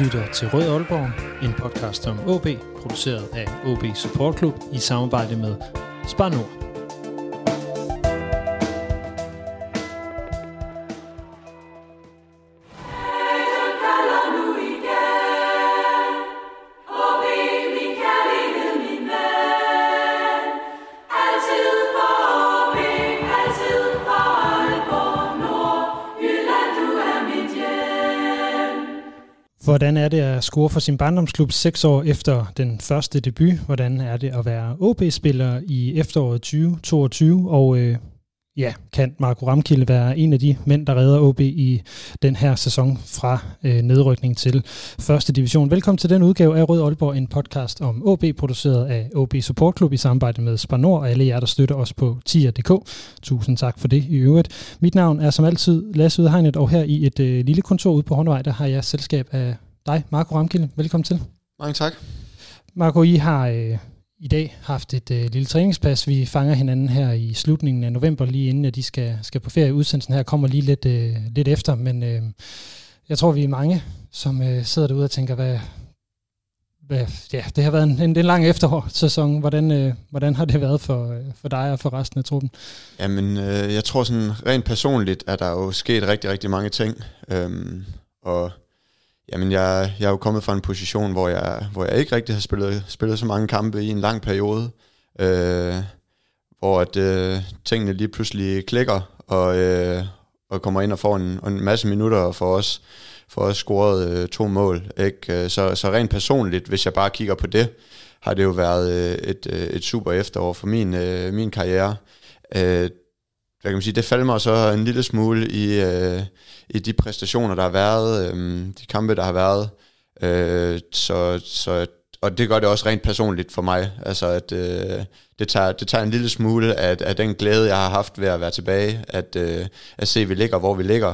lytter til Rød Aalborg, en podcast om OB, produceret af OB Support Club i samarbejde med Spar Nord. Hvordan er det at score for sin barndomsklub 6 år efter den første debut? Hvordan er det at være OB-spiller i efteråret 2022? Og kan Marco Ramkilde være en af de mænd, der redder OB i den her sæson fra nedrykning til første division? Velkommen til den udgave af Rød Aalborg, en podcast om OB, produceret af OB Support Club i samarbejde med Spar Nord og alle jer, der støtter os på tier.dk. Tusind tak for det i øvrigt. Mit navn er som altid Lasse Udhegnet, og her i et lille kontor ude på Hornevej, der har jeg selskab af dig, Marco Ramkilde. Velkommen til. Mange tak. Marco, I har i dag haft et lille træningspas. Vi fanger hinanden her i slutningen af november, lige inden at de skal på ferie. Udsendelsen her kommer lige lidt efter, men jeg tror, vi er mange, som sidder derude og tænker, det har været en lang efterårssæson. Hvordan har det været for dig og for resten af truppen? Jamen, jeg tror sådan rent personligt, at der er jo sket rigtig, rigtig mange ting. Og jamen, jeg er jo kommet fra en position, hvor jeg ikke rigtig har spillet så mange kampe i en lang periode, hvor tingene lige pludselig klikker, og kommer ind og får en masse minutter, og får også scoret 2 mål. Ikke? Så rent personligt, hvis jeg bare kigger på det, har det jo været et super efterår for min karriere. Hvad kan man sige, det falder mig så en lille smule i de præstationer, der har været, de kampe, der har været. Og det gør det også rent personligt for mig. Altså, at det tager en lille smule af den glæde, jeg har haft ved at være tilbage, at se, at vi ligger, hvor vi ligger.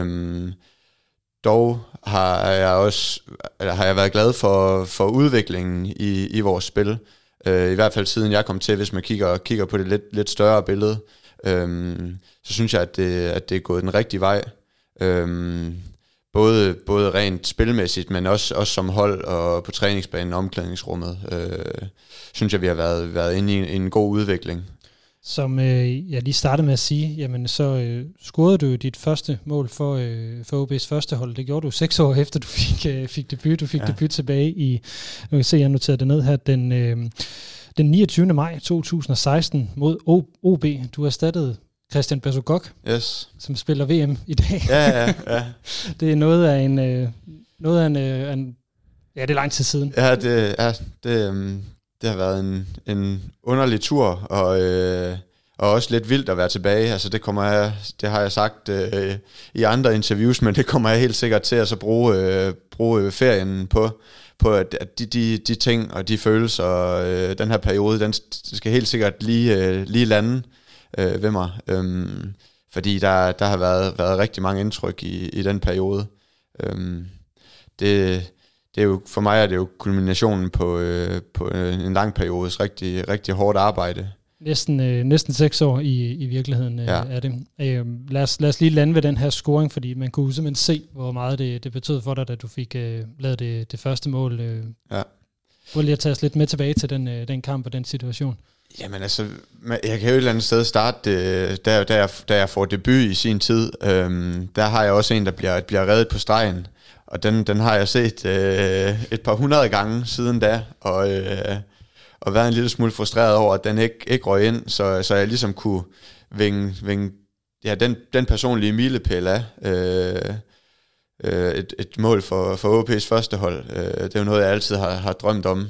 Dog har jeg været glad for udviklingen i vores spil. I hvert fald siden jeg kom til, hvis man kigger på det lidt større billede. Så synes jeg, at det er gået den rigtige vej. Både rent spilmæssigt, men også som hold og på træningsbanen og omklædningsrummet. Synes jeg, vi har været inde i en god udvikling. Som jeg lige startede med at sige, jamen så scorede du dit første mål for OB's første hold. Det gjorde du 6 år efter, du fik debut. Du fik debut tilbage i, nu kan se, jeg noterede det ned her, den 29. maj 2016 mod OB. Du erstattede Christian Bersugok, yes, som spiller VM i dag. Ja. Det er noget af en ja, det er lang tid siden. Ja, det har været en underlig tur, og også lidt vildt at være tilbage. Altså det har jeg sagt i andre interviews, men det kommer jeg helt sikkert til at så bruge ferien på at de ting og de følelser, den her periode, den skal helt sikkert lige lande ved mig. Fordi der har været rigtig mange indtryk i den periode. Det er jo, for mig er det jo kulminationen på en lang periodes rigtig, rigtig hårdt arbejde. Næsten 6 år i virkeligheden er det. Lad os lige lande ved den her scoring, fordi man kunne simpelthen se, hvor meget det betød for dig, da du fik lavet det første mål. Prøv lige at tage os lidt med tilbage til den kamp og den situation. Jamen altså, jeg kan jo et eller andet sted starte, da jeg får debut i sin tid. Der har jeg også en, der bliver reddet på stregen. Og den har jeg set et par 100 gange siden da, og været en lille smule frustreret over, at den ikke røg ind, så jeg ligesom kunne vinge den personlige milepæl af et mål for OB's første hold. Det er jo noget, jeg altid har drømt om.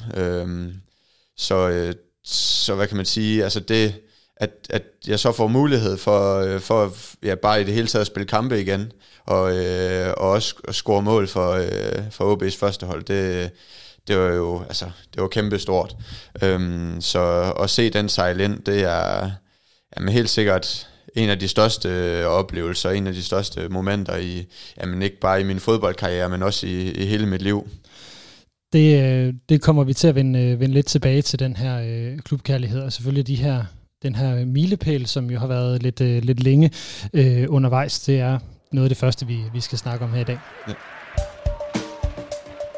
Så hvad kan man sige, altså det, at jeg så får mulighed for bare i det hele taget at spille kampe igen, og også score mål for OB's første hold, det var jo, altså, det var kæmpe stort. Så at se den sejle ind, det er helt sikkert en af de største oplevelser, en af de største momenter ikke bare i min fodboldkarriere, men også i hele mit liv. Det kommer vi til at vende lidt tilbage til, den her klubkærlighed, og selvfølgelig den her milepæl, som jo har været lidt længe undervejs. Det er noget af det første, vi skal snakke om her i dag. Ja.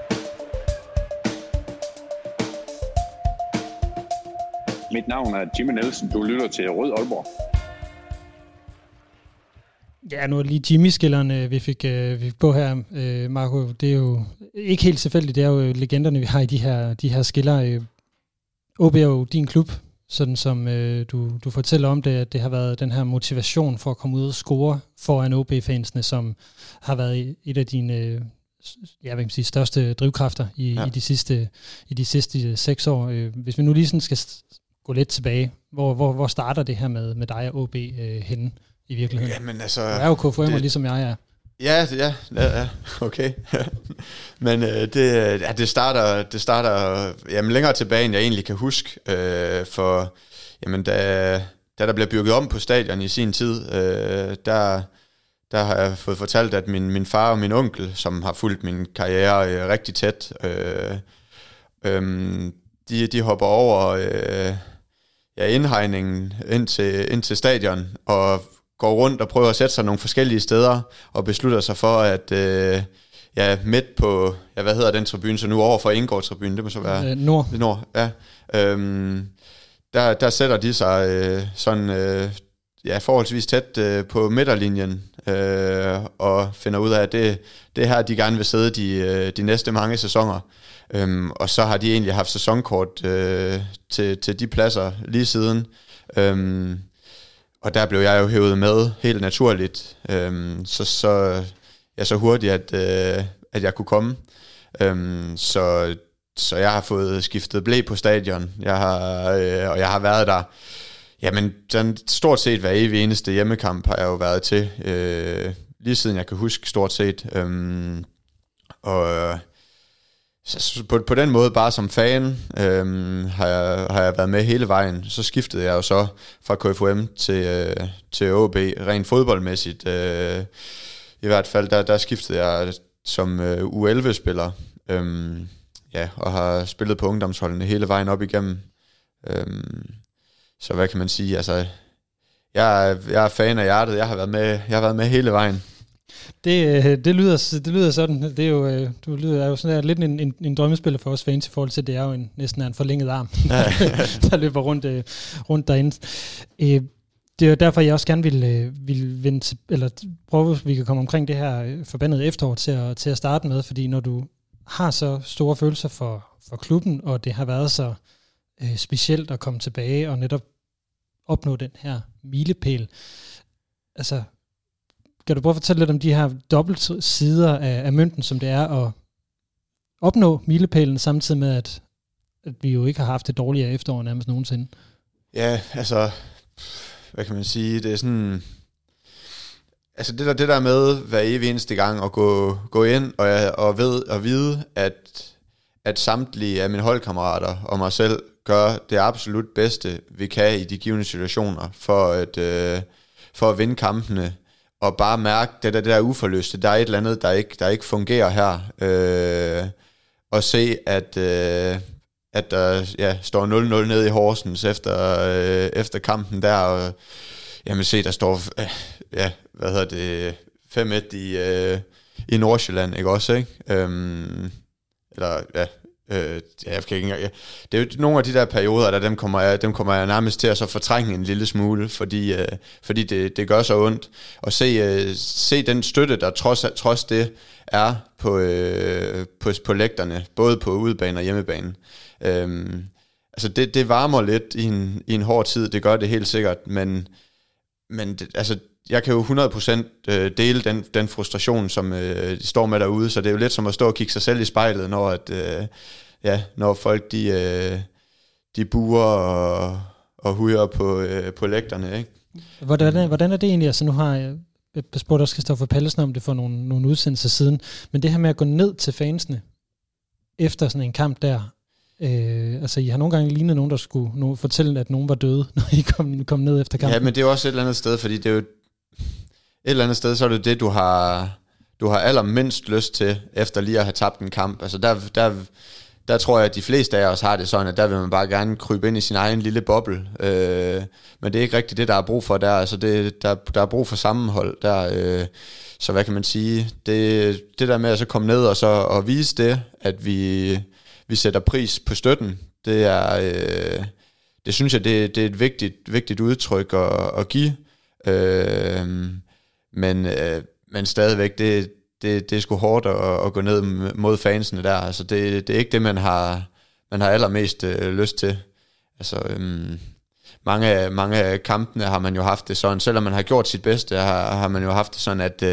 Mit navn er Jimmy Nielsen. Du lytter til Rød Aalborg. Ja, nu er lige Jimmy-skilleren, vi fik på her, Marco. Det er jo ikke helt tilfældigt, det er jo legenderne, vi har i de her skiller. OB er jo din klub, sådan som du fortæller om det, at det har været den her motivation for at komme ud og score foran OB-fansene, som har været et af dine største drivkræfter i de sidste 6 år. Hvis vi nu lige sådan skal gå lidt tilbage, hvor starter det her med dig og OB henne i virkeligheden? Jamen altså... Du er jo KFUM'er, ligesom jeg er. Ja, okay. Men det starter jamen, længere tilbage, end jeg egentlig kan huske. For jamen, da der blev bygget om på stadion i sin tid, der har jeg fået fortalt, at min far og min onkel, som har fulgt min karriere rigtig tæt, de hopper over indhegningen ind til stadion og går rundt og prøver at sætte sig nogle forskellige steder og beslutter sig for, at midt på, hvad hedder den tribune, så nu over for Indgård-tribunen, det må så være... Nord, ja. Der sætter de sig forholdsvis tæt på midterlinjen og finder ud af, at det er her, de gerne vil sidde de næste mange sæsoner. Og så har de egentlig haft sæsonkort til de pladser lige siden. Og der blev jeg jo hævet med helt naturligt, så hurtigt, at jeg kunne komme. Så jeg har fået skiftet ble på stadion. Jeg har været der. Jamen, stort set hver evig eneste hjemmekamp har jeg jo været til. Lige siden jeg kan huske, stort set. På den måde, bare som fan, har jeg været med hele vejen. Så skiftede jeg jo så fra KFUM til OB, rent fodboldmæssigt. I hvert fald, der skiftede jeg som U11-spiller, og har spillet på ungdomsholdene hele vejen op igennem. Så hvad kan man sige? Altså, jeg er fan af hjertet. Jeg har været med hele vejen. Det lyder sådan. Det er jo, du lyder jo sådan lidt en drømmespiller for os fans i forhold til, det er jo næsten en forlænget arm, der løber rundt derinde. Det er jo derfor, jeg også gerne vil vende til, eller prøve, at vi kan komme omkring det her forbandede efterår til at starte med, fordi når du har så store følelser for klubben, og det har været så specielt at komme tilbage og netop opnå den her milepæl, altså, kan du prøve at fortælle lidt om de her dobbelt sider af mønten, som det er at opnå milepælen, samtidig med, at vi jo ikke har haft et dårligere efterår nærmest nogensinde? Ja, altså, hvad kan man sige, det er sådan, altså det der med hver evig eneste gang at gå ind og vide, at samtlige af mine holdkammerater og mig selv gør det absolut bedste, vi kan i de givne situationer, for at vinde kampene, og bare mærke det der uforløste, der er et eller andet, der ikke fungerer her, og se, at der står 0-0 nede i Horsens efter kampen der, og jamen se, der står 5-1 i Nordsjælland, ikke også, ikke? Jeg kan ikke engang, det er jo nogle af de der perioder, der dem kommer jeg nærmest til at så fortrænge en lille smule, fordi det gør så ondt at se den støtte, der trods det er på lægterne, både på udebane og hjemmebane. Altså det varmer lidt i en hård tid, det gør det helt sikkert, men altså jeg kan jo 100% dele den frustration, som de står med derude, så det er jo lidt som at stå og kigge sig selv i spejlet, når folk de buer og hujer på lægterne, ikke? Hvordan er det egentlig? Altså nu har jeg spurgt også Christoffer Pallesen om det for nogle udsendelser siden, men det her med at gå ned til fansene efter sådan en kamp der, altså I har nogle gange lignet nogen, der skulle fortælle, at nogen var døde, når I kom ned efter kampen. Ja, men det er jo også et eller andet sted, fordi det er jo et eller andet sted, så er det det, du har allermindst lyst til, efter lige at have tabt en kamp. Altså der tror jeg, at de fleste af os har det sådan, at der vil man bare gerne krybe ind i sin egen lille boble. Men det er ikke rigtigt det, der er brug for der. Altså der er brug for sammenhold der. Så hvad kan man sige? Det der med at så komme ned og vise det, at vi sætter pris på støtten, det det synes jeg, det er et vigtigt udtryk at give. Men stadigvæk, det er sgu hårdt at gå ned mod fansene der. Altså det er ikke det, man har allermest lyst til. Altså mange af kampene har man jo haft det sådan, selvom man har gjort sit bedste, har man jo haft det sådan, at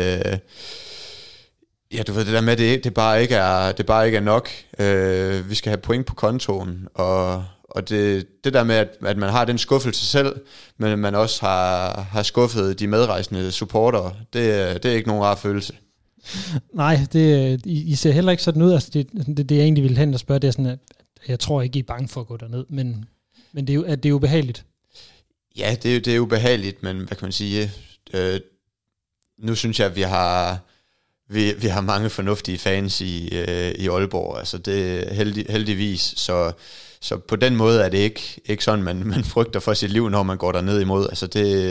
du ved det der med, det bare ikke er nok. Vi skal have point på kontoen, og det der med, at man har den skuffelse selv, men man også har skuffet de medrejsende supportere, det er ikke nogen rar følelse. Nej, I ser heller ikke sådan ud. Altså det jeg egentlig ville hen og spørge, det er sådan, at jeg tror ikke, I er bange for at gå derned, men det er jo ubehageligt. Ja, det er ubehageligt, men hvad kan man sige? Nu synes jeg, at vi har mange fornuftige fans i Aalborg. Altså det er heldigvis, så på den måde er det ikke sådan, man frygter for sit liv, når man går derned imod. Altså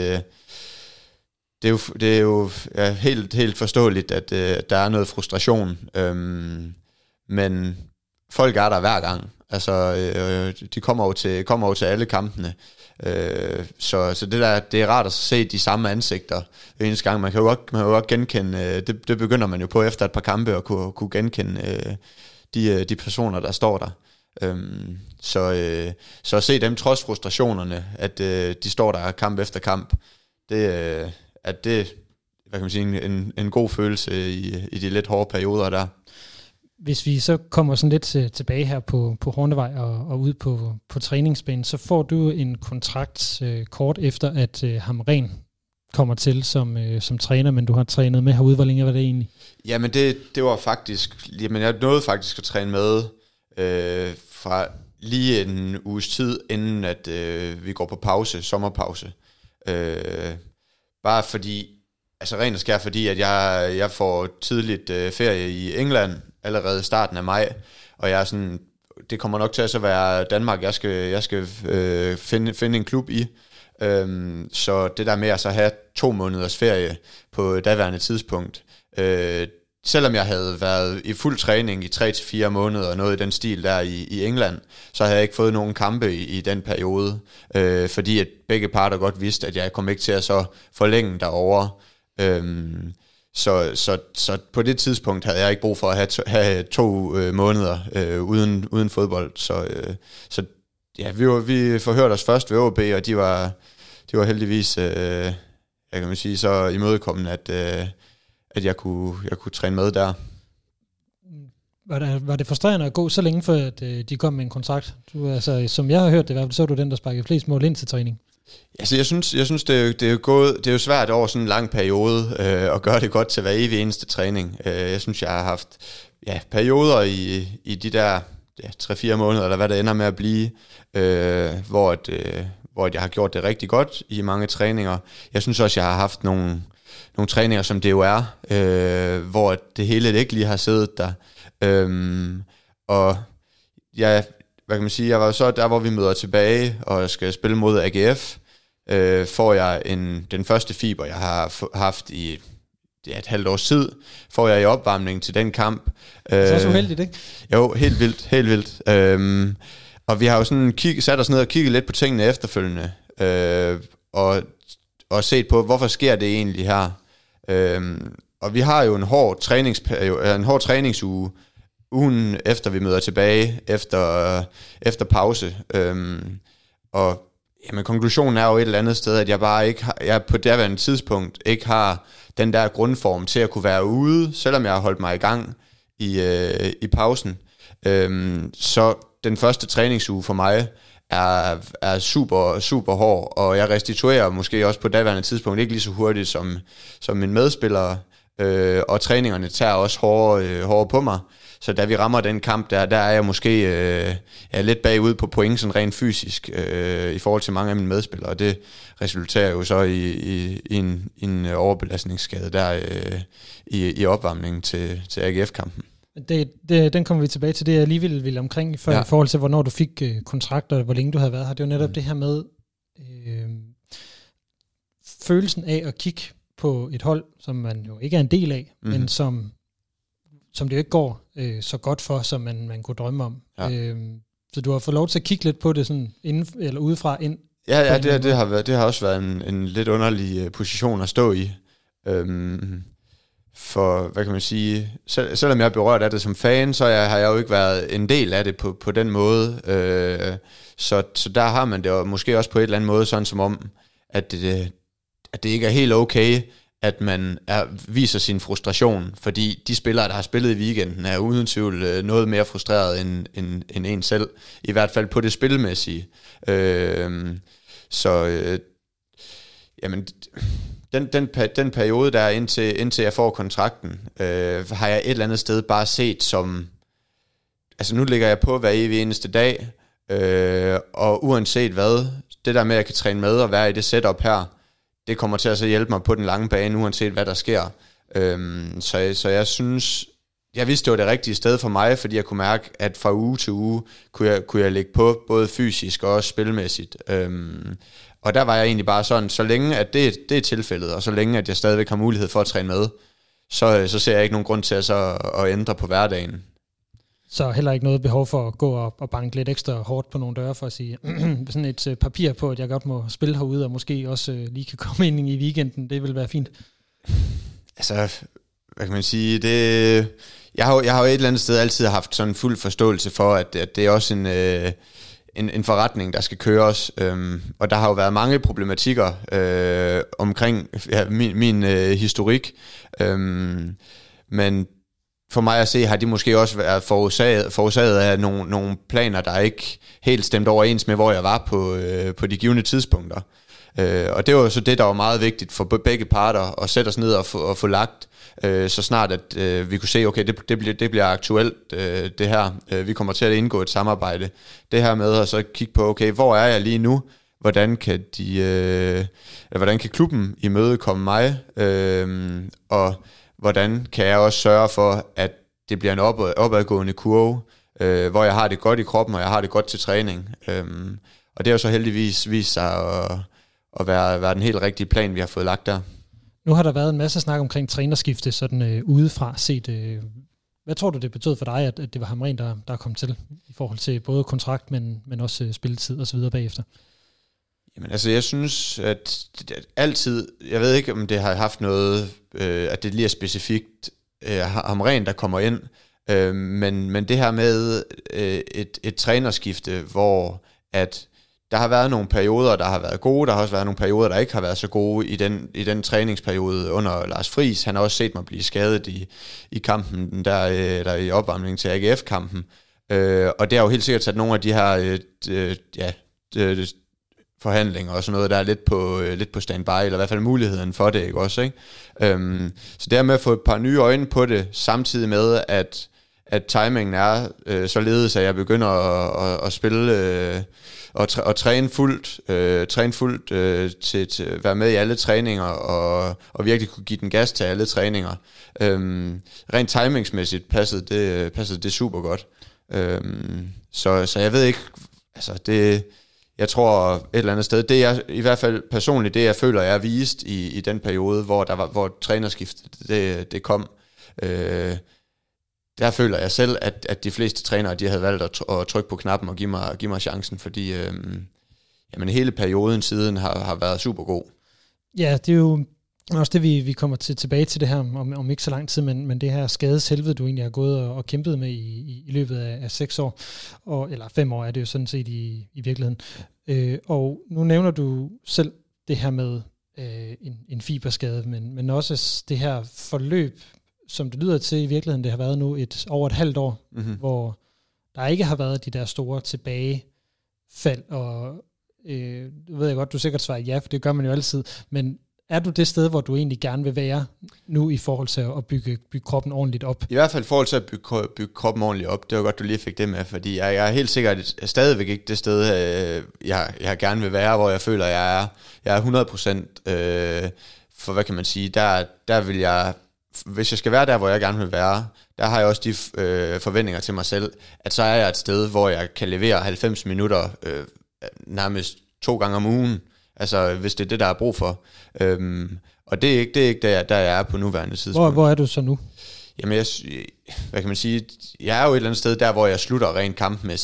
det er jo helt forståeligt, at der er noget frustration, men folk er der hver gang. Altså de kommer jo til alle kampene, så det er rart at se de samme ansigter eneste gang. Man kan jo godt genkende, det begynder man jo på efter et par kampe at kunne genkende de personer, der står der. Så at se dem trods frustrationerne, at de står der kamp efter kamp, det hvad kan man sige, en god følelse i de lidt hårde perioder der. Hvis vi så kommer sådan lidt tilbage her på Hornevej og ud på træningsbanen, så får du en kontrakt kort efter, at Hamrén kommer til som træner, men du har trænet med herude. Hvor længe var det egentlig? Jamen det var faktisk, jeg nåede faktisk at træne med fra lige en uges tid, inden at vi går på sommerpause. Bare fordi, altså rent og skær fordi, at jeg får tidligt ferie i England, allerede i starten af maj, og jeg er sådan, det kommer nok til at så være Danmark, jeg skal finde en klub i, så det der med at så have 2 måneders ferie på daværende tidspunkt, selvom jeg havde været i fuld træning i 3-4 måneder og noget i den stil der i England, så havde jeg ikke fået nogen kampe i den periode, fordi at begge parter godt vidste, at jeg kom ikke til at så forlænge derovre. Så på det tidspunkt havde jeg ikke brug for at have 2 måneder uden fodbold. Så ja, vi forhørte os først ved OB, og de var heldigvis, jeg kan man sige, så imødekommende, at jeg kunne træne med der. Var det frustrerende at gå så længe, før at de kom med en kontrakt? Altså, som jeg har hørt det, så er du den, der sparkede flest mål ind til træning. Altså, jeg synes det er jo svært over sådan en lang periode at gøre det godt til hver evig eneste træning. Jeg synes, jeg har haft perioder i de der 3-4 måneder, eller hvad det ender med at blive, hvor jeg har gjort det rigtig godt i mange træninger. Jeg synes også, jeg har haft nogle træninger, som det jo er, hvor det hele ikke lige har siddet der. Og jeg, hvad kan man sige, jeg var så der, hvor vi møder tilbage og skal spille mod AGF, får jeg den første fiber, jeg har haft i et halvt års tid, får jeg i opvarmning til den kamp. Det er så uheldigt, ikke? Jo, helt vildt. Og vi har jo sådan sat os ned og kigget lidt på tingene efterfølgende, og set på, hvorfor sker det egentlig her. Og vi har jo en hård træningsuge, ugen efter vi møder tilbage, efter pause. Og jamen, konklusionen er jo et eller andet sted, at jeg på derværende tidspunkt ikke har den der grundform til at kunne være ude, selvom jeg har holdt mig i gang i pausen. Så den første træningsuge for mig er super, super hård, og jeg restituerer måske også på daværende tidspunkt ikke lige så hurtigt som mine medspillere, og træningerne tager også hårdere på mig. Så da vi rammer den kamp, der er jeg måske lidt bagud på point, sådan rent fysisk, i forhold til mange af mine medspillere, og det resulterer jo så i en overbelastningsskade der i opvarmningen til AGF-kampen. Den kommer vi tilbage til, det jeg lige ville omkring før, i forhold til, hvornår du fik kontrakter, hvor længe du havde været her. Det er jo netop det her med følelsen af at kigge på et hold, som man jo ikke er en del af, men som det jo ikke går så godt for, som man kunne drømme om. Ja. Så du har fået lov til at kigge lidt på det sådan inden, eller udefra ind? Ja, det har også været en lidt underlig position at stå i. For, hvad kan man sige, selvom jeg er berørt af det som fan, så har jeg jo ikke været en del af det på den måde. Så der har man det jo måske også på et eller andet måde, sådan som om, at det ikke er helt okay, at man viser sin frustration, fordi de spillere, der har spillet i weekenden, er uden tvivl noget mere frustreret end en selv, i hvert fald på det spilmæssige. Jamen, den periode der indtil jeg får kontrakten, har jeg et eller andet sted bare set som, altså nu ligger jeg på hver evig eneste dag, og uanset hvad, det der med at jeg kan træne med og være i det setup her, det kommer til at så hjælpe mig på den lange bane, uanset hvad der sker. Så jeg synes, jeg vidste, det var det rigtige sted for mig, fordi jeg kunne mærke, at fra uge til uge kunne jeg ligge på, både fysisk og også spilmæssigt. Og der var jeg egentlig bare sådan, så længe at det er tilfældet, og så længe at jeg stadigvæk har mulighed for at træne med, så ser jeg ikke nogen grund til at ændre på hverdagen. Så heller ikke noget behov for at gå og banke lidt ekstra hårdt på nogle døre for at sige sådan et papir på, at jeg godt må spille herude, og måske også lige kan komme ind i weekenden. Det vil være fint. Altså, hvad kan man sige? Jeg har jo et eller andet sted altid haft sådan fuld forståelse for, at det er også en forretning, der skal køres. Og der har jo været mange problematikker omkring min historik. Men for mig at se, har de måske også været forårsaget af nogle planer, der ikke helt stemte overens med, hvor jeg var på de givne tidspunkter. Og det var jo så det, der var meget vigtigt for begge parter, at sætte os ned og få lagt, så snart at vi kunne se, okay, det bliver aktuelt, det her. Vi kommer til at indgå et samarbejde. Det her med at så kigge på, okay, hvor er jeg lige nu? Hvordan kan klubben imødekomme mig? Og hvordan kan jeg også sørge for, at det bliver en opadgående kurve, hvor jeg har det godt i kroppen, og jeg har det godt til træning. Og det har så heldigvis vist sig at være den helt rigtige plan, vi har fået lagt der. Nu har der været en masse snak omkring trænerskifte, sådan udefra set. Hvad tror du, det betød for dig, at det var Hamrén, der kom til, i forhold til både kontrakt, men også spilletid og så videre bagefter? Jamen altså, jeg synes, at altid, jeg ved ikke, om det har haft noget, at det lige er specifikt Hamrén, der kommer ind, men det her med et trænerskifte, hvor at der har været nogle perioder, der har været gode, der har også været nogle perioder, der ikke har været så gode i den træningsperiode under Lars Friis. Han har også set mig blive skadet i kampen, der i opvarmningen til AGF-kampen. Og det har jo helt sikkert sat nogle af de her forhandlinger og sådan noget, der er lidt på standby, eller i hvert fald muligheden for det, ikke også, ikke? Så det med at få et par nye øjne på det, samtidig med, at timingen er således, at jeg begynder at spille og træne fuldt til at være med i alle træninger, og virkelig kunne give den gas til alle træninger. Rent timingsmæssigt passede det super godt. Så jeg ved ikke, altså det... Jeg tror et eller andet sted, det er i hvert fald personligt, det jeg føler, jeg er vist i den periode, hvor trænerskiftet det kom. Der føler jeg selv, at de fleste trænere, de havde valgt at trykke på knappen og give mig chancen, fordi jamen, hele perioden siden har været super god. Ja, det er jo også det, vi kommer tilbage til det her om ikke så lang tid, men det her skadeshelvede, du egentlig har gået og kæmpet med i løbet af 6 år, eller 5 år er det jo sådan set i virkeligheden. Og nu nævner du selv det her med en fiberskade, men også det her forløb, som det lyder til i virkeligheden, det har været nu over et halvt år, hvor der ikke har været de der store tilbagefald, og ved jeg godt, du sikkert svarer ja, for det gør man jo altid, men er du det sted, hvor du egentlig gerne vil være nu i forhold til at bygge kroppen ordentligt op? I hvert fald i forhold til at bygge kroppen ordentligt op. Det var godt, du lige fik det med, fordi jeg er helt sikkert stadigvæk ikke det sted, jeg gerne vil være, hvor jeg føler, jeg er 100%. For hvad kan man sige, der vil jeg, hvis jeg skal være der, hvor jeg gerne vil være, der har jeg også de forventninger til mig selv, at så er jeg et sted, hvor jeg kan levere 90 minutter nærmest 2 gange om ugen. Altså, hvis det er det, der er brug for. Og det er ikke der jeg er på nuværende tidspunkt. Hvor er du så nu? Jamen, hvad kan man sige? Jeg er jo et eller andet sted der, hvor jeg slutter rent kampmæssigt.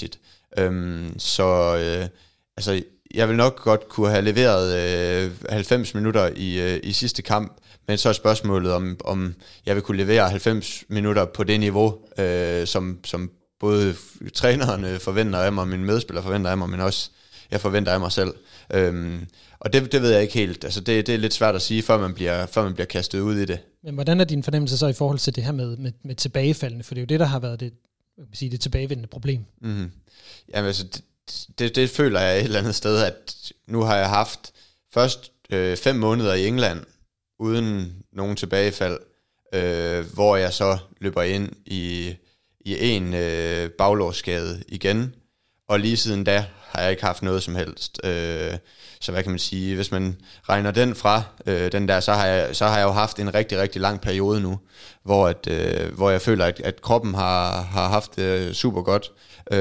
Altså, jeg vil nok godt kunne have leveret 90 minutter i sidste kamp, men så er spørgsmålet, om jeg vil kunne levere 90 minutter på det niveau, som både træneren forventer af mig, og mine medspillere forventer af mig, men også jeg forventer af mig selv. Og det ved jeg ikke helt. Altså det er lidt svært at sige, før man bliver kastet ud i det. Men hvordan er din fornemmelse så i forhold til det her med tilbagefaldende? For det er jo det, der har været det tilbagevendende problem. Mm-hmm. Jamen altså, det føler jeg et eller andet sted, at nu har jeg haft først 5 måneder i England, uden nogen tilbagefald, hvor jeg så løber ind i en baglårsskade igen, og lige siden da har jeg ikke haft noget som helst. Så hvad kan man sige, hvis man regner den fra, den der, så har jeg jo haft en rigtig, rigtig lang periode nu, hvor jeg føler, at kroppen har haft det super godt,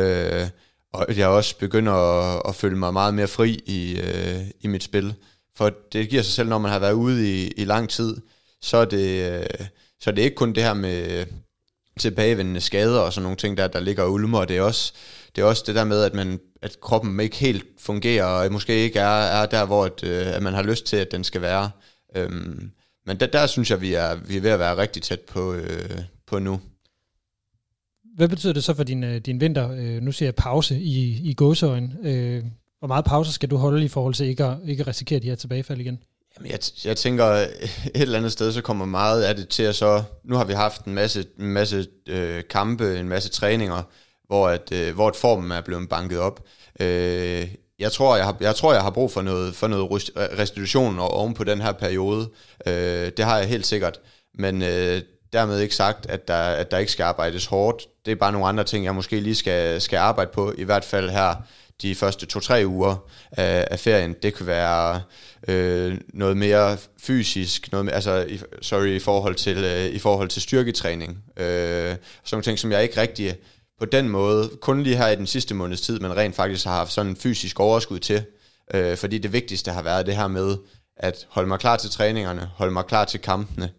og jeg også begynder at føle mig meget mere fri i mit spil. For det giver sig selv, når man har været ude i lang tid, så er det ikke kun det her med tilbagevendende skader og sådan nogle ting, der ligger og ulmer. Det er også det der med, at kroppen ikke helt fungerer, og måske ikke er der, hvor at man har lyst til, at den skal være. Men der synes jeg, vi er ved at være rigtig tæt på nu. Hvad betyder det så for din vinter? Nu siger jeg pause i gåseøjne. Hvor meget pause skal du holde i forhold til ikke at risikere de her tilbagefald igen? Jamen jeg tænker et eller andet sted, så kommer meget af det til at så... Nu har vi haft en masse kampe, en masse træninger, hvor formen er blevet banket op. Jeg tror, jeg har brug for noget restitution oven på den her periode. Det har jeg helt sikkert. Men dermed ikke sagt, at der ikke skal arbejdes hårdt. Det er bare nogle andre ting, jeg måske lige skal arbejde på, i hvert fald her de første 2-3 uger af ferien. Det kan være noget mere fysisk, i forhold til styrketræning. Sådan nogle ting, som jeg ikke rigtig på den måde, kun lige her i den sidste måneds tid, men rent faktisk har haft sådan en fysisk overskud til. Fordi det vigtigste har været det her med at holde mig klar til træningerne, holde mig klar til kampene.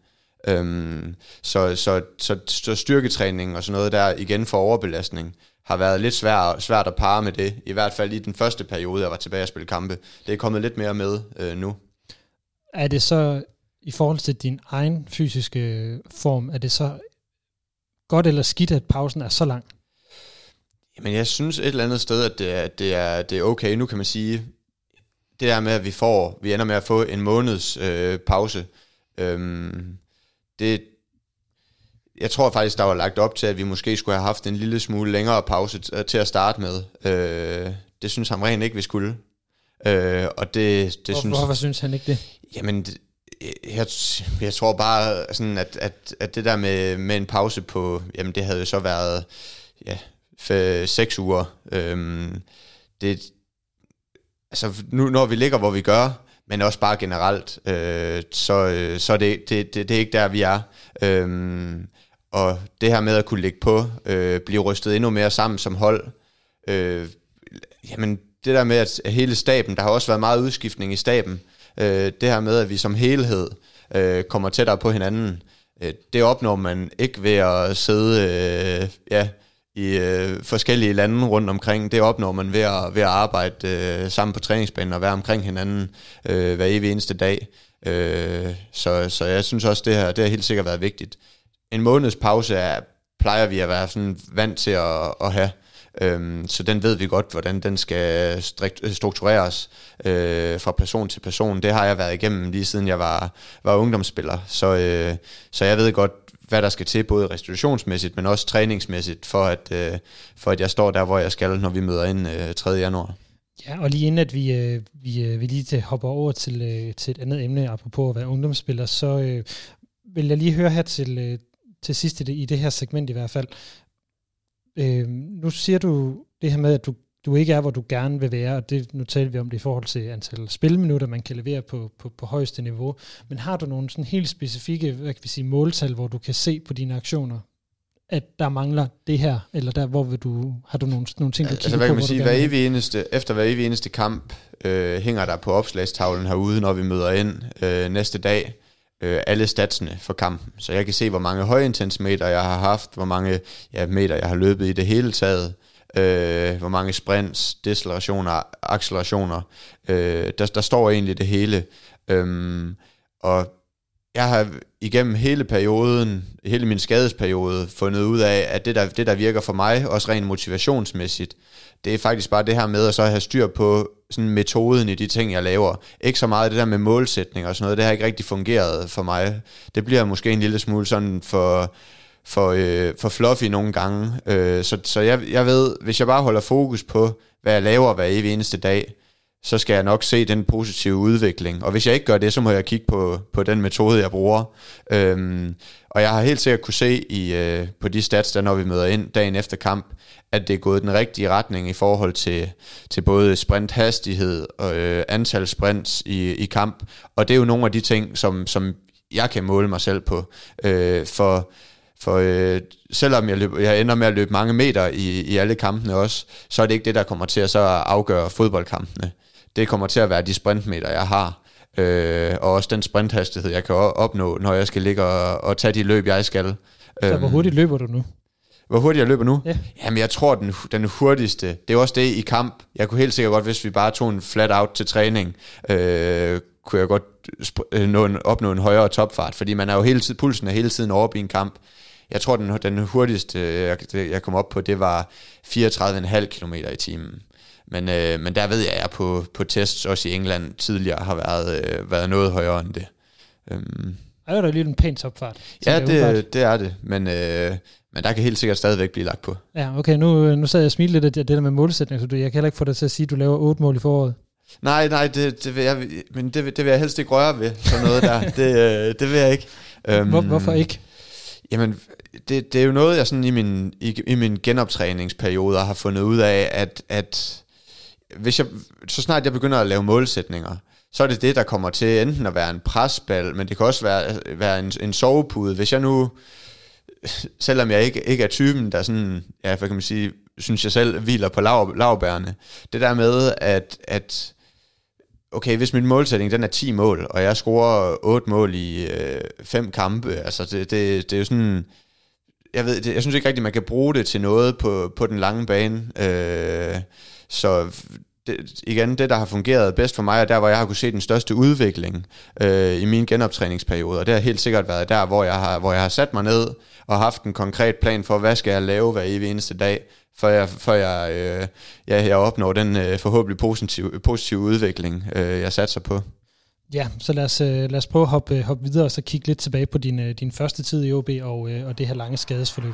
Så styrketræning og sådan noget der igen for overbelastning har været lidt svært at parre med det, i hvert fald i den første periode, jeg var tilbage at spille kampe. Det er kommet lidt mere med nu. Er det så, i forhold til din egen fysiske form, er det så godt eller skidt, at pausen er så lang? Jamen jeg synes et eller andet sted, at det er okay. Nu kan man sige, det der med, at vi ender med at få en måneds pause, jeg tror faktisk, der var lagt op til, at vi måske skulle have haft en lille smule længere pause til at starte med. Det synes han rent ikke, vi skulle. Og hvorfor synes han ikke det? Jamen, jeg tror bare, sådan, at det der med en pause på, jamen det havde jo så været 6 uger. Altså nu, når vi ligger, hvor vi gør, men også bare generelt, så det er ikke der, vi er. Og det her med at kunne ligge på, blive rystet endnu mere sammen som hold, jamen det der med, at hele staben, der har også været meget udskiftning i staben, det her med, at vi som helhed kommer tættere på hinanden, det opnår man ikke ved at sidde i forskellige lande rundt omkring. Det opnår man ved at arbejde sammen på træningsbanen og være omkring hinanden hver evig eneste dag. Så jeg synes også, det har helt sikkert været vigtigt. En måneds pause plejer vi at være sådan vant til at have. Så den ved vi godt, hvordan den skal struktureres fra person til person. Det har jeg været igennem lige siden jeg var ungdomsspiller. Så jeg ved godt, hvad der skal til, både restitutionsmæssigt, men også træningsmæssigt, for at jeg står der, hvor jeg skal, når vi møder ind 3. januar. Ja, og lige inden at vi lige hopper over til et andet emne, apropos at være ungdomsspiller, så vil jeg lige høre her til sidst i det her segment i hvert fald. Nu siger du det her med, at du ikke er, hvor du gerne vil være, og nu taler vi om det i forhold til antal spilminutter, man kan levere på højeste niveau. Men har du nogle sådan helt specifikke, hvad kan vi sige, måltal, hvor du kan se på dine aktioner, at der mangler det her, eller der, hvor har du nogle ting, du kigger altså, hvad kan man sige, efter hver evig eneste kamp hænger der på opslagstavlen herude, når vi møder ind næste dag, alle statsene for kampen. Så jeg kan se, hvor mange højintensmeter jeg har haft, hvor mange meter jeg har løbet i det hele taget. hvor mange sprints, decelerationer, accelerationer. Der står egentlig det hele. Og jeg har igennem hele perioden, hele min skadesperiode, fundet ud af, at det der virker for mig, også rent motivationsmæssigt, det er faktisk bare det her med at så have styr på sådan metoden i de ting, jeg laver. Ikke så meget det der med målsætning og sådan noget, det har ikke rigtig fungeret for mig. Det bliver måske en lille smule sådan for fluffy nogle gange. Så jeg ved, hvis jeg bare holder fokus på, hvad jeg laver hver evig eneste dag, så skal jeg nok se den positive udvikling. Og hvis jeg ikke gør det, så må jeg kigge på den metode, jeg bruger. Og jeg har helt sikkert kunne se på de stats, der når vi møder ind dagen efter kamp, at det er gået den rigtige retning i forhold til både sprinthastighed og antal sprints i kamp. Og det er jo nogle af de ting, som jeg kan måle mig selv på. For selvom jeg ender med at løbe mange meter i alle kampene også, så er det ikke det, der kommer til at så afgøre fodboldkampene. Det kommer til at være de sprintmeter, jeg har, og også den sprinthastighed, jeg kan opnå, når jeg skal ligge og tage de løb, jeg skal. Så hvor hurtigt løber du nu? Hvor hurtigt jeg løber nu? Ja. Jamen jeg tror, den hurtigste, det er også det i kamp. Jeg kunne helt sikkert godt, hvis vi bare tog en flat out til træning, kunne jeg godt opnå en højere topfart, fordi man er jo pulsen er hele tiden oppe i en kamp. Jeg tror, den hurtigste, jeg kom op på, det var 34,5 km i timen. Men der ved jeg, at jeg på tests, også i England, tidligere har været noget højere end det. Er der lige en pæn topfart? Ja, det er det. Men der kan helt sikkert stadigvæk blive lagt på. Ja, okay. Nu sad jeg og smilte lidt af det der med målsætning, så jeg kan heller ikke få dig til at sige, at du laver 8 mål i foråret. Nej, det vil jeg helst ikke røre ved, sådan noget der. Det vil jeg ikke. Hvorfor ikke? Jamen, det er jo noget, jeg sådan i min genoptræningsperiode har fundet ud af, at så snart jeg begynder at lave målsætninger, så er det der kommer til enten at være en presbal, men det kan også være en sovepude. Hvis jeg nu, selvom jeg ikke er typen, der sådan, ja, hvad kan man sige, synes jeg selv hviler på laurbærene, det der med, at okay, hvis min målsætning den er 10 mål, og jeg scorer 8 mål i 5 kampe, altså det er jo sådan, jeg synes ikke rigtigt, man kan bruge det til noget på den lange bane. Så igen, det der har fungeret bedst for mig, er der, hvor jeg har kunne se den største udvikling i min genoptræningsperiode, og det har helt sikkert været der, hvor jeg har sat mig ned og haft en konkret plan for, hvad skal jeg lave hver evig eneste dag, før jeg opnår den forhåbentlig positive udvikling, jeg satser på. Ja, så lad os prøve at hoppe videre og så kigge lidt tilbage på din første tid i OB og det her lange skadesforløb.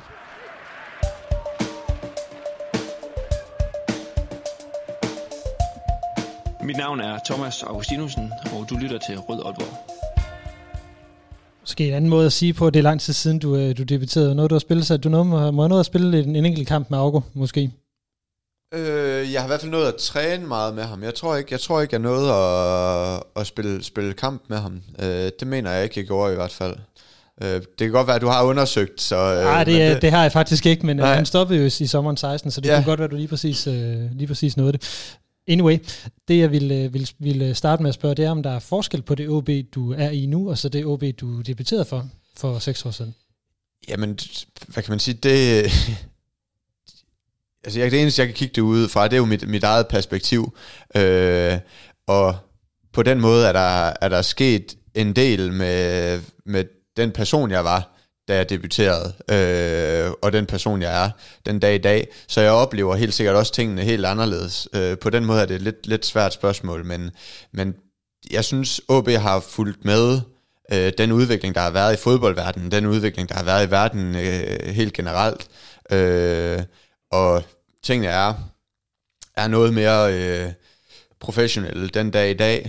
Mit navn er Thomas Augustinussen, og du lytter til Rød Aalborg. Måske en anden måde at sige på, at det er lang tid siden, du debuterede. Noget, du har spillet, så du må nå at spille en enkelt kamp med Augo, måske? Jeg har i hvert fald nået at træne meget med ham. Jeg tror ikke, jeg nåede at spille kamp med ham. Det mener jeg ikke, jeg gjorde i hvert fald. Det kan godt være, at du har undersøgt. Så, det har jeg faktisk ikke, men han stoppede jo i sommeren 16, så det kan godt være, at du lige præcis nåede det. Anyway, det jeg ville starte med at spørge, det er, om der er forskel på det OB, du er i nu, og så det OB, du debuterede for 6 år siden. Jamen, hvad kan man sige, det... Altså, det eneste, jeg kan kigge det ud fra, det er jo mit eget perspektiv. Og på den måde er der sket en del med den person, jeg var, da jeg debuterede, og den person, jeg er den dag i dag. Så jeg oplever helt sikkert også tingene helt anderledes. På den måde er det et lidt svært spørgsmål, men jeg synes, OB har fulgt med den udvikling, der har været i fodboldverdenen, den udvikling, der har været i verden helt generelt. Og tingene er noget mere professionelle den dag i dag,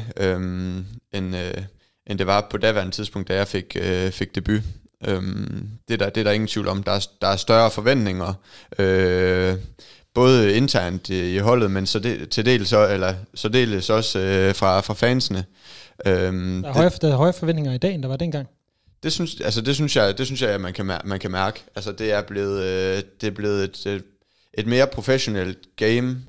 end det var på daværende tidspunkt, da jeg fik debut. Det er der ingen tvivl om. Der er større forventninger, både internt i holdet, men til dels også fra fansene. Der er høje forventninger i dag, end der var dengang. Det synes jeg, at man kan mærke. Altså det er blevet et mere professionelt game,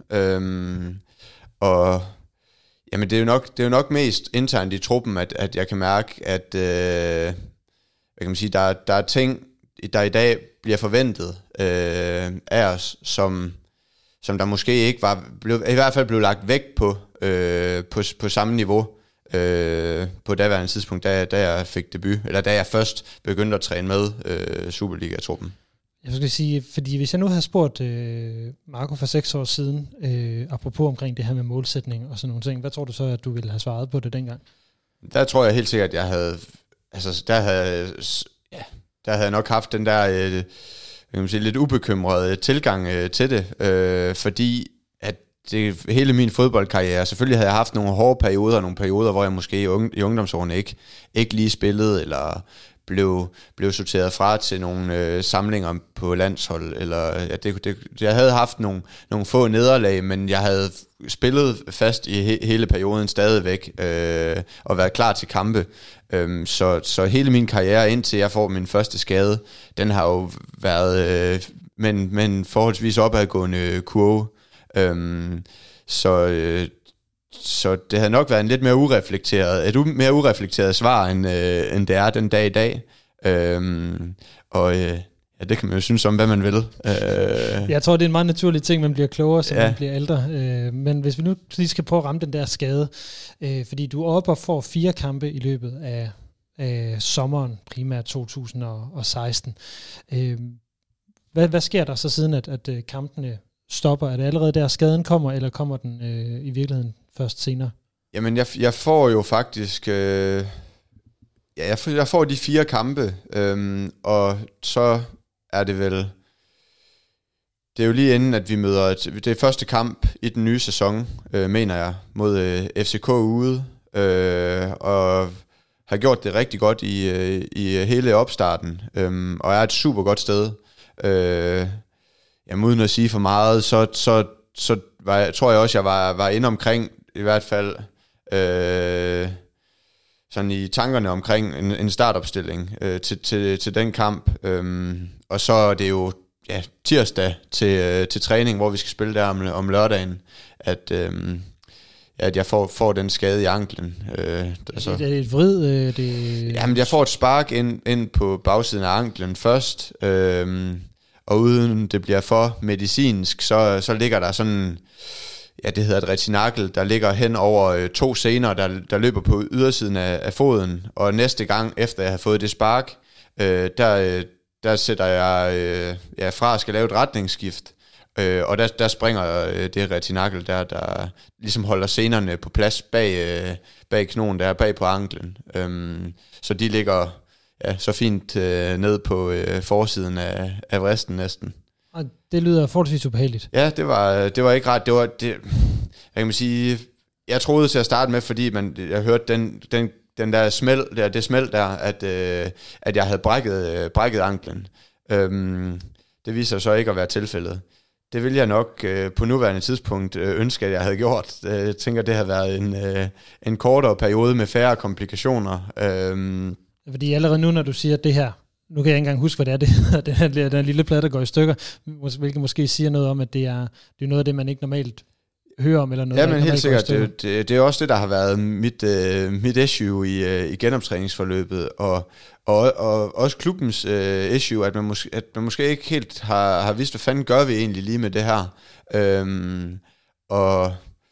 og jamen det er jo nok mest internt i truppen, at jeg kan mærke, at hvad kan man sige, der er ting, der i dag bliver forventet af os, som der måske ikke var, i hvert fald blev lagt vægt på samme niveau på daværende tidspunkt, da jeg fik debut, eller da jeg først begyndte at træne med Superliga-truppen. Jeg skal sige, fordi hvis jeg nu havde spurgt Marco for 6 år siden, apropos omkring det her med målsætning og sådan nogle ting, hvad tror du så, at du ville have svaret på det dengang? Der tror jeg helt sikkert, at jeg havde, altså der havde jeg nok haft den der, kan man sige, lidt ubekymrede tilgang til det, fordi at hele min fodboldkarriere, selvfølgelig havde jeg haft nogle hårde perioder, nogle perioder, hvor jeg måske i ungdomsårene ikke lige spillede, eller blev sorteret fra til nogle samlinger på landshold, eller jeg havde haft nogle få nederlag, men jeg havde spillet fast i hele perioden stadigvæk, og været klar til kampe. Så hele min karriere, indtil jeg får min første skade, den har jo været med en forholdsvis opadgående kurve. Så det havde nok været en lidt mere ureflekteret svar, end det er den dag i dag. Det kan man jo synes om, hvad man vil. Jeg tror, det er en meget naturlig ting, man bliver klogere, som man bliver ældre. Men hvis vi nu lige skal prøve at ramme den der skade, fordi du er oppe og får 4 kampe i løbet af sommeren, primært 2016. Hvad sker der så siden, at kampene stopper? Er det allerede der, skaden kommer, eller kommer den i virkeligheden først senere? Jamen, jeg får jo faktisk... jeg får de 4 kampe, og så er det vel... Det er jo lige inden, at vi møder... Det er første kamp i den nye sæson, mener jeg, mod FCK ude, og har gjort det rigtig godt i hele opstarten, og er et super godt sted. Jamen, uden at sige for meget, så tror jeg også, jeg var inde omkring, i hvert fald, sådan i tankerne omkring en startopstilling til den kamp. Og så er det jo tirsdag til træning, hvor vi skal spille der om lørdagen, at jeg får den skade i anklen. Altså, det er et vrid? Jamen, jeg får et spark ind på bagsiden af anklen først, og uden det bliver for medicinsk, så ligger der sådan, det hedder et retinakel, der ligger hen over 2 sener, der løber på ydersiden af foden, og næste gang, efter jeg har fået det spark, der sætter jeg fra at skal lave et retningsskift, og der springer det retinakel der ligesom holder senerne på plads bag knogen, der bag på anklen. Så de ligger så fint ned på forsiden af vristen næsten. Og det lyder forholdsvis ubehageligt. Ja, det var ikke ret. Jeg kan man sige, jeg troede til at starte med, fordi jeg hørte den der smæld der, at jeg havde brækket anklen. Det viser sig så ikke at være tilfældet. Det ville jeg nok på nuværende tidspunkt ønske, at jeg havde gjort. Jeg tænker, det har været en kortere periode med færre komplikationer. Fordi allerede nu, når du siger det her, nu kan jeg ikke engang huske, hvad det er, den lille plade, der går i stykker, hvilket måske siger noget om, at det er noget af det, man ikke normalt hører om, eller noget. Ja, men helt sikkert. Det er også det, der har været mit issue i genoptræningsforløbet, og også klubbens issue, at man måske ikke helt har vidst, hvad fanden gør vi egentlig lige med det her. Og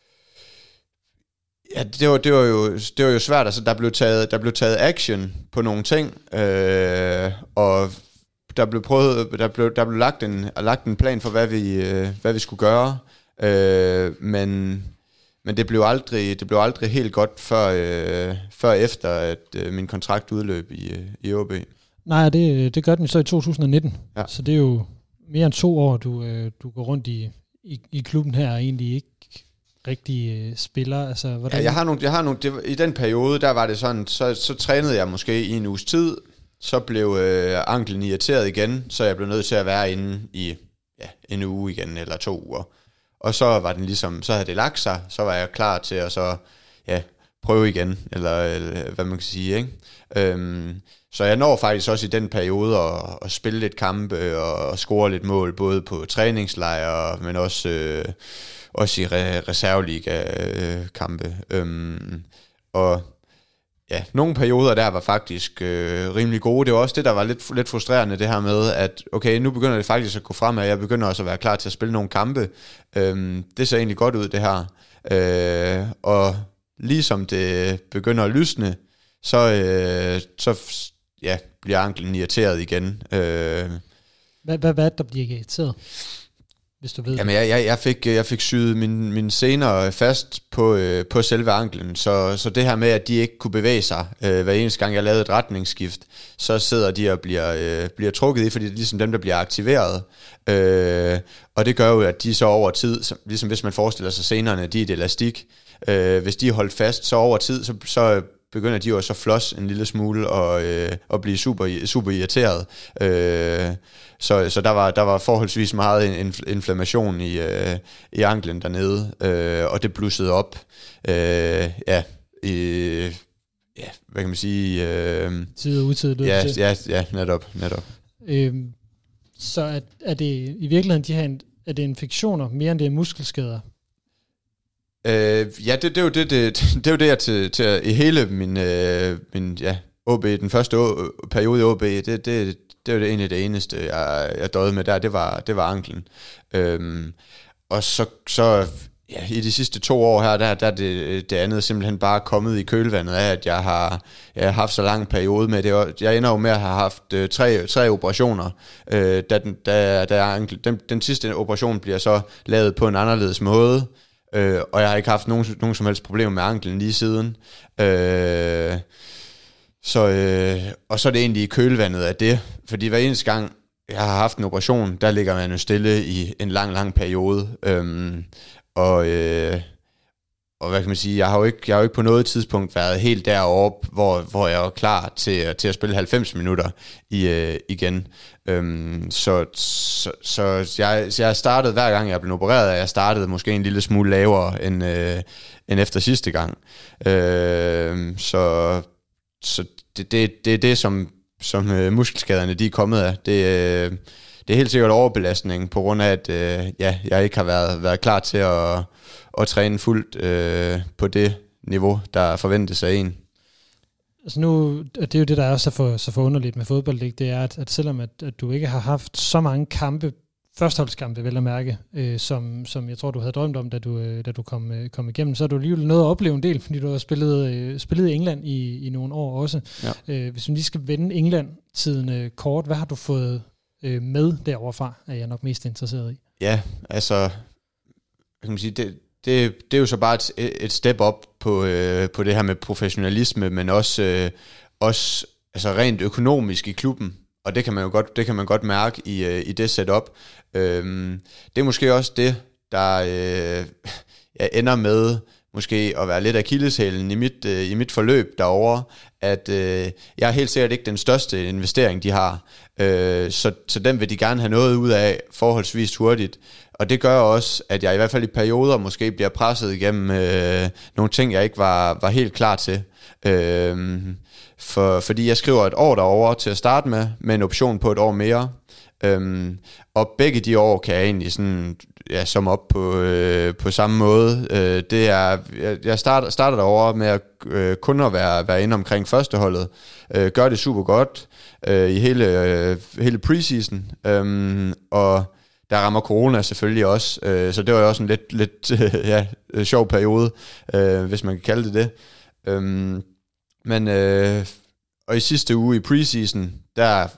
ja, det var jo svært. Altså, der blev taget action på nogle ting, og der blev lagt en plan for, hvad vi skulle gøre. Men det blev aldrig helt godt før efter at min kontrakt udløb i OB. Nej, det gør den så i 2019. Ja. Så det er jo mere end 2 år du går rundt i klubben her og egentlig ikke rigtig spiller. Altså, hvordan? Ja, jeg har nogle i den periode der var det sådan, så trænede jeg måske i en uges tid, så blev anklen irriteret igen, så jeg blev nødt til at være inde i en uge igen eller 2 uger. Og så var den ligesom, så havde det lagt sig, så var jeg klar til at så prøve igen, eller hvad man kan sige, ikke? Så jeg når faktisk også i den periode at spille lidt kampe og score lidt mål, både på træningslejre, men også i reserveliga kampe. Og nogle perioder der var faktisk rimelig gode. Det var også det, der var lidt frustrerende, det her med, at okay, nu begynder det faktisk at gå fremad, jeg begynder også at være klar til at spille nogle kampe. Det ser egentlig godt ud, det her. Og ligesom det begynder at lysne, så bliver anklen irriteret igen. Hvad er det, der bliver irriteret? Hvis du ved. Jamen, jeg fik syet mine sener fast på selve anklen, så det her med, at de ikke kunne bevæge sig, hver eneste gang jeg lavede et retningsskift, så sidder de og bliver trukket i, fordi det er ligesom dem, der bliver aktiveret. Og det gør jo, at de så over tid, ligesom hvis man forestiller sig senerne, de er et elastik, hvis de er holdt fast, så over tid, så begynder de jo så floss en lille smule og blive super irriteret. Så der var forholdsvis meget inflammation i anklen dernede, og det blussede op. Hvad kan man sige? Tid og utid. Ja, netop. Så er det i virkeligheden er det infektioner mere end det er muskelskader? Det er jo det, jeg til i hele min OB, den første periode i OB, det var det egentlig det eneste, jeg døde med der, det var anklen. Og så i de sidste 2 år her, der er det andet simpelthen bare kommet i kølvandet af, at jeg har haft så lang periode med det. Jeg ender jo med at have haft 3 operationer, den sidste operation bliver så lavet på en anderledes måde, og jeg har ikke haft nogen som helst problemer med anklen lige siden. Og så er det egentlig i kølvandet af det, fordi hver eneste gang jeg har haft en operation, der ligger man jo stille i en lang periode. Og hvad kan man sige, jeg har jo ikke på noget tidspunkt været helt deroppe, hvor jeg var klar til at spille 90 minutter igen. Så jeg startede hver gang jeg blev opereret, jeg startede måske en lille smule lavere end efter sidste gang. Så det er det, som muskelskaderne de er kommet af. Det er helt sikkert overbelastning, på grund af, at jeg ikke har været klar til at træne fuldt på det niveau, der forventes af en. Altså nu, det er jo det, der er så for underligt med fodbold, ikke? Det er, at selvom at du ikke har haft så mange kampe, førsteholdskampe vel at mærke, som jeg tror, du havde drømt om, da du kom igennem, så har du alligevel nået at opleve en del, fordi du har spillet i England i nogle år også. Ja. Hvis man lige skal vende England-tiden kort, hvad har du fået med deroverfra, er jeg nok mest interesseret i? Ja, altså, kan man sige, det er jo så bare et step up på det her med professionalisme, men også altså rent økonomisk i klubben. Og det kan man godt mærke i det setup. Det er måske også det, der jeg ender med måske at være lidt akilleshælen i mit forløb derovre, at jeg er helt sikkert ikke den største investering, de har. Så den vil de gerne have noget ud af forholdsvis hurtigt. Og det gør også, at jeg i hvert fald i perioder måske bliver presset igennem nogle ting, jeg ikke var helt klar til. Fordi jeg skriver et år derovre til at starte med en option på et år mere. Og begge de år kan jeg egentlig sådan som op på samme måde. Det er jeg starter derovre med at kun at være inde omkring førsteholdet. Gør det super godt i hele preseason. Og der rammer corona selvfølgelig også, så det var jo også en lidt sjov periode, hvis man kan kalde det. Men og i sidste uge i preseason, der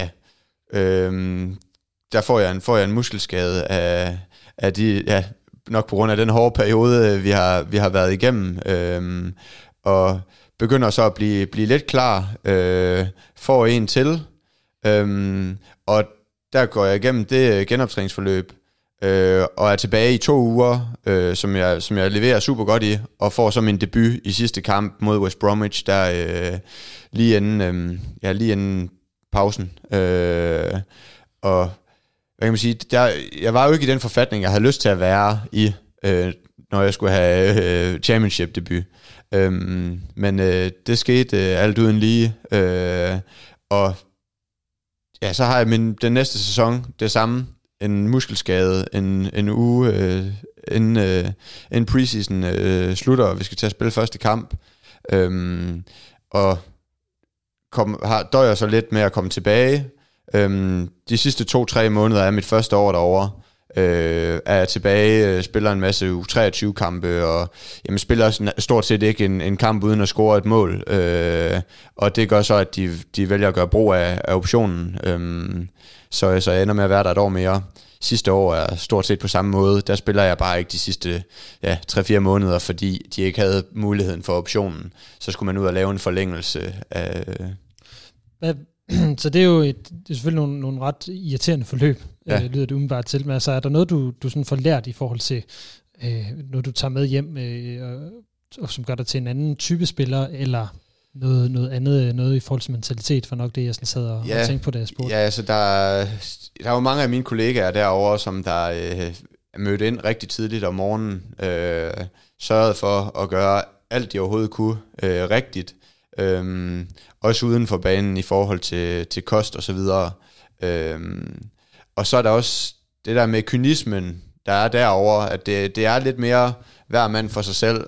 får jeg en muskelskade af de, nok på grund af den hårde periode vi har været igennem, og begynder så at blive lidt klar, får en til, og der går jeg igennem det genoptræningsforløb, og er tilbage i 2 uger, som jeg leverer super godt i, og får så min debut i sidste kamp mod West Bromwich, der lige inden pausen. Og hvad kan man sige, jeg var jo ikke i den forfatning, jeg havde lyst til at være i, når jeg skulle have championship debut. Men det skete alt uden lige, og ja, så har jeg den næste sæson det samme, en muskelskade, en uge inden preseason slutter, og vi skal til at spille første kamp. og døjer så lidt med at komme tilbage. De sidste 2-3 måneder af mit første år derovre, er jeg tilbage, spiller en masse U23-kampe, og spiller stort set ikke en kamp uden at score et mål. Og det gør så, at de vælger at gøre brug af optionen. Så jeg ender med at være der et år mere. Sidste år er stort set på samme måde. Der spiller jeg bare ikke de sidste 3-4 måneder, fordi de ikke havde muligheden for optionen. Så skulle man ud og lave en forlængelse af... Så det er jo det er selvfølgelig nogle ret irriterende forløb, lyder det umiddelbart til. Men altså, er der noget, du sådan får lært i forhold til, når du tager med hjem, og som gør dig til en anden type spiller, eller noget andet, noget i forhold til mentalitet, for nok det, jeg sådan sad og tænkte på, da jeg spurgte? Ja, altså der er jo mange af mine kollegaer derovre, som der mødte ind rigtig tidligt om morgenen, sørgede for at gøre alt, de overhovedet kunne rigtigt. Også uden for banen i forhold til kost og så videre. Og så er der også det der med kynismen, der er derover, at det er lidt mere hver mand for sig selv,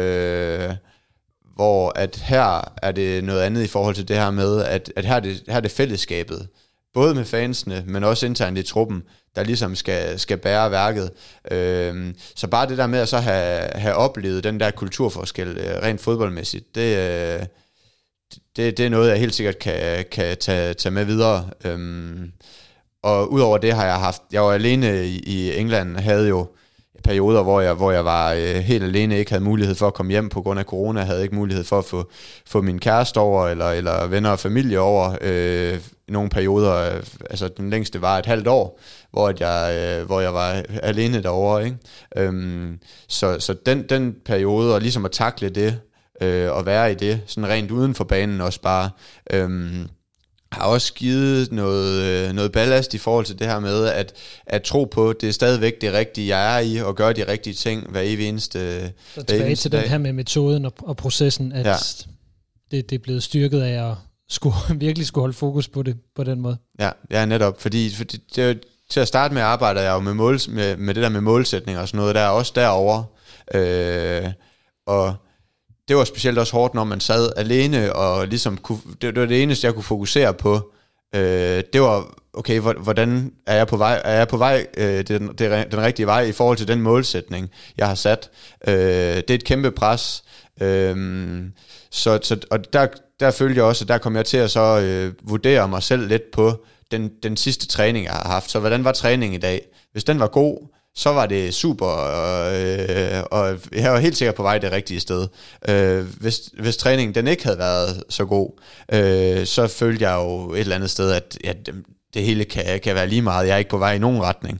hvor at her er det noget andet i forhold til det her med, at her er det fællesskabet, både med fansene, men også internt i truppen, der ligesom skal bære værket. Så bare det der med at så have oplevet den der kulturforskel rent fodboldmæssigt, det er noget, jeg helt sikkert kan tage med videre. Og udover det har jeg var alene i England, havde jo perioder, hvor jeg var helt alene, ikke havde mulighed for at komme hjem på grund af corona, havde ikke mulighed for at få min kæreste over, eller venner og familie over. Nogle perioder, altså den længste var et halvt år, hvor jeg var alene derovre, ikke? Så den periode, og ligesom at takle det, og være i det, sådan rent uden for banen også bare, har også givet noget ballast i forhold til det her med, at tro på, at det er stadigvæk det rigtige, jeg er i, og gøre de rigtige ting hver evig eneste så tilbage til den her med metoden og processen, at det er blevet styrket af at virkelig skulle holde fokus på det på den måde. Ja, netop, fordi det, til at starte med arbejder jeg jo med det der med målsætninger og sådan noget, der er også derovre, og det var specielt også hårdt, når man sad alene, og ligesom det var det eneste, jeg kunne fokusere på. Det var, okay, hvordan er jeg på vej? Er jeg på vej den rigtige vej i forhold til den målsætning, jeg har sat? Det er et kæmpe pres. Og der følte jeg også, at der kom jeg til at så vurdere mig selv lidt på den sidste træning, jeg har haft. Så hvordan var træningen i dag? Hvis den var god, så var det super, og jeg var helt sikkert på vej det rigtige sted. Hvis træningen den ikke havde været så god, så følte jeg jo et eller andet sted, at det hele kan være lige meget. Jeg er ikke på vej i nogen retning.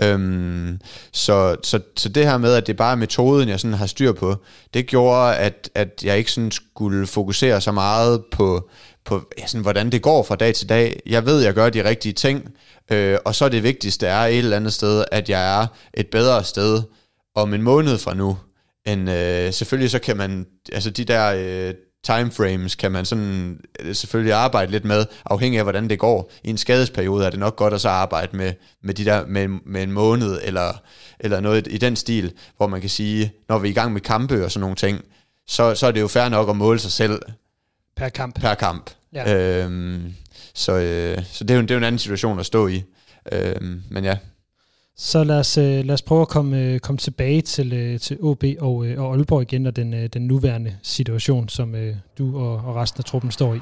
Så det her med, at det bare er metoden, jeg sådan har styr på, det gjorde, at jeg ikke sådan skulle fokusere så meget på sådan, hvordan det går fra dag til dag. Jeg ved, jeg gør de rigtige ting, og så det vigtigste er et eller andet sted, at jeg er et bedre sted om en måned fra nu. Selvfølgelig så kan man, altså de der timeframes kan man sådan selvfølgelig arbejde lidt med, afhængig af hvordan det går. I en skadesperiode er det nok godt at så arbejde med de der med en måned eller noget i den stil, hvor man kan sige, når vi er i gang med kampe og sådan nogle ting, så er det jo fair nok at måle sig selv per kamp. Ja. Så det er jo en anden situation at stå i. Men ja. Så lad os prøve at komme tilbage til OB og Aalborg igen, og den nuværende situation, som du og resten af truppen står i.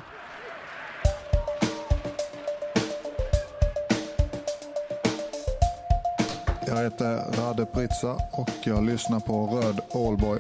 Jag heter Rade Pritsa och jag lyssnar på Röd Aalborg.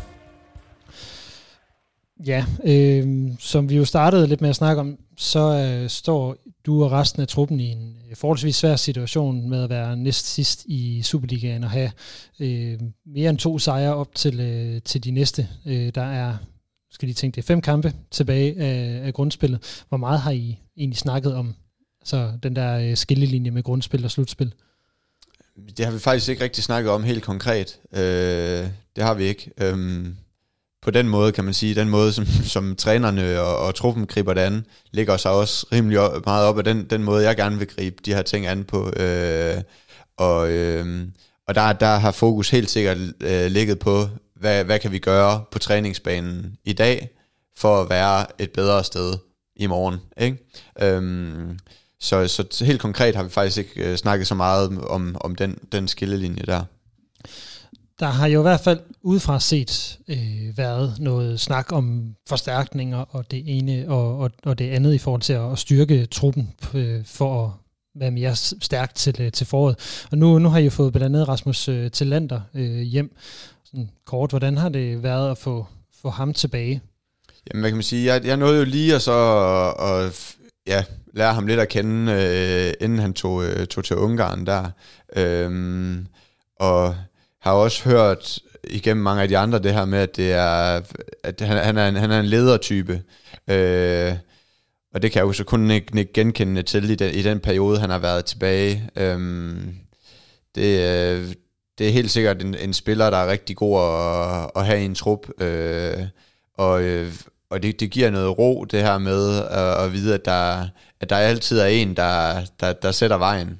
Ja, som vi jo startede lidt med at snakke om, så står du og resten af truppen i en forholdsvis svær situation med at være næst sidst i Superligaen og have mere end 2 sejre op til de næste. Der er, skal de tænke det, 5 kampe tilbage af grundspillet. Hvor meget har I egentlig snakket om altså den der skillelinje med grundspil og slutspil? Det har vi faktisk ikke rigtig snakket om helt konkret. Det har vi ikke. På den måde kan man sige, den måde som trænerne og truppen griber det an, ligger sig også rimelig meget op af den måde, jeg gerne vil gribe de her ting an på. Og der har fokus helt sikkert ligget på, hvad kan vi gøre på træningsbanen i dag, for at være et bedre sted i morgen, ikke? Så helt konkret har vi faktisk ikke snakket så meget om den skillelinje der. Der har jo i hvert fald udefra set været noget snak om forstærkninger og det ene og det andet i forhold til at styrke truppen for at være mere stærkt til foråret. Og nu har I jo fået blandt andet Rasmus Thelander hjem. Sådan kort, hvordan har det været at få ham tilbage? Jamen, hvad kan man sige? Jeg nåede jo lige at lære ham lidt at kende, inden han tog til Ungarn der. Og har også hørt igennem mange af de andre det her med, at han er en ledertype. Og det kan jeg jo så kun ikke genkende til i den periode, han har været tilbage. Det er helt sikkert en spiller, der er rigtig god at have i en trup. Og det giver noget ro, det her med at vide, at der altid er en, der sætter vejen.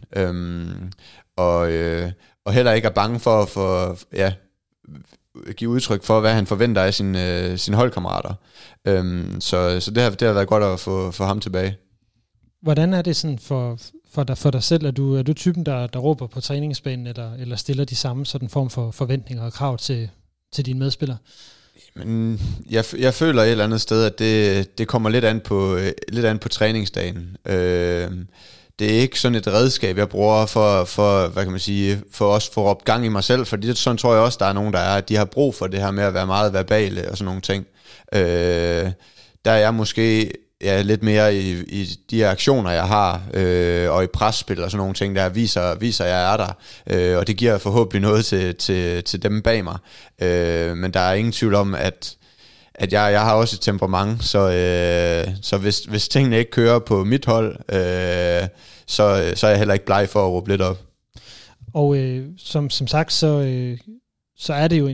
Og heller ikke er bange for give udtryk for, hvad han forventer af sine holdkammerater. Så det har været godt at få ham tilbage. Hvordan er det sådan for dig selv? Er du typen, der råber på træningsbanen, eller stiller de samme sådan form for forventninger og krav til dine medspillere? Men jeg føler et eller andet sted, at det kommer lidt an på træningsdagen. Det er ikke sådan et redskab, jeg bruger for hvad kan man sige, for også for at råbe gang i mig selv, fordi sådan tror jeg også, der er nogen, der er, at de har brug for det her med at være meget verbale og sådan nogle ting. Der er jeg måske lidt mere i de aktioner, jeg har, og i presspil og sådan nogle ting, der viser jeg er der, og det giver forhåbentlig noget til dem bag mig. Men der er ingen tvivl om, at jeg har også et temperament, så hvis tingene ikke kører på mit hold, så er jeg heller ikke bleg for at råbe lidt op. Og som sagt, så er det jo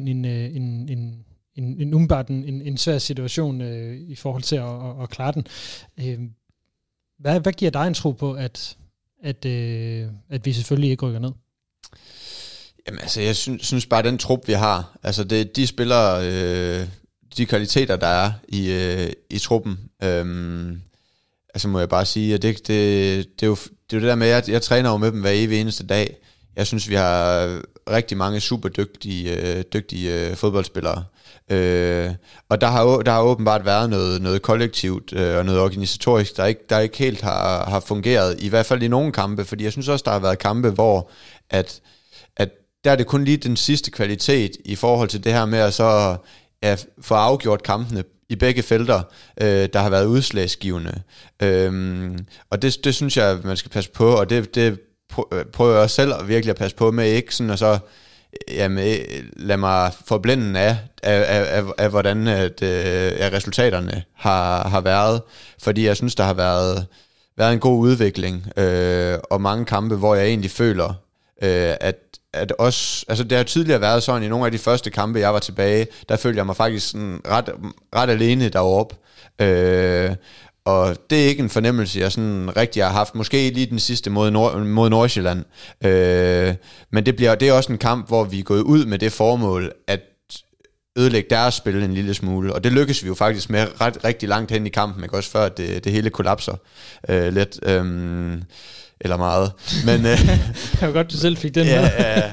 en svær situation i forhold til at klare den. Hvad giver dig en tro på, at vi selvfølgelig ikke rykker ned? Jamen altså, jeg synes bare, den trup, vi har, altså de spillere, de kvaliteter, der er i truppen, altså må jeg bare sige, at det er jo det der med, at jeg træner jo med dem hver evig eneste dag. Jeg synes, vi har rigtig mange super dygtige fodboldspillere. Og der har åbenbart været noget kollektivt og noget organisatorisk, der ikke helt har fungeret, i hvert fald i nogle kampe, fordi jeg synes også, der har været kampe, hvor at der er det kun lige den sidste kvalitet i forhold til det her med at så få afgjort kampene i begge felter, der har været udslagsgivende. Og det synes jeg, man skal passe på, og det prøver jeg også selv virkelig at passe på med, ikke sådan, og så lad mig forblænde af hvordan resultaterne har været, fordi jeg synes, der har været en god udvikling, og mange kampe, hvor jeg egentlig føler, at også, altså det har tidligere været sådan, i nogle af de første kampe, jeg var tilbage, der følte jeg mig faktisk sådan ret alene deroppe. Og det er ikke en fornemmelse, jeg sådan rigtig har haft. Måske lige den sidste mod Nordsjælland. Men det er også en kamp, hvor vi er gået ud med det formål, at ødelægge deres spil en lille smule. Og det lykkes vi jo faktisk med rigtig langt hen i kampen, ikke? Også før det hele kollapser lidt. Eller meget. Men, det var godt, du selv fik den med. Ja,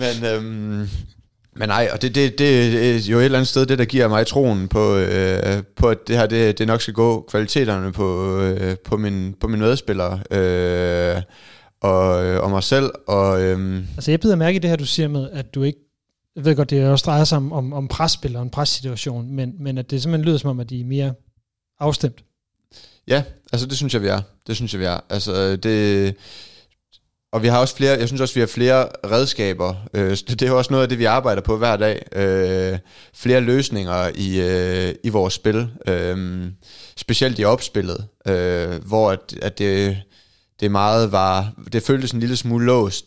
men nej, og det er jo et eller andet sted, det der giver mig troen på at det her, det nok skal gå kvaliteterne på mine medspillere og mig selv. Og, altså jeg bider mærke i det her, du siger med, at du ikke, jeg ved godt, det også drejer sig om presspil og en pressituation, men at det simpelthen lyder som om, at de er mere afstemt. Ja, altså det synes jeg, vi er. Altså og vi har også flere, jeg synes også, vi har flere redskaber. Det er jo også noget af det, vi arbejder på hver dag. Flere løsninger i vores spil. Specielt i opspillet, hvor at det meget det føltes en lille smule låst.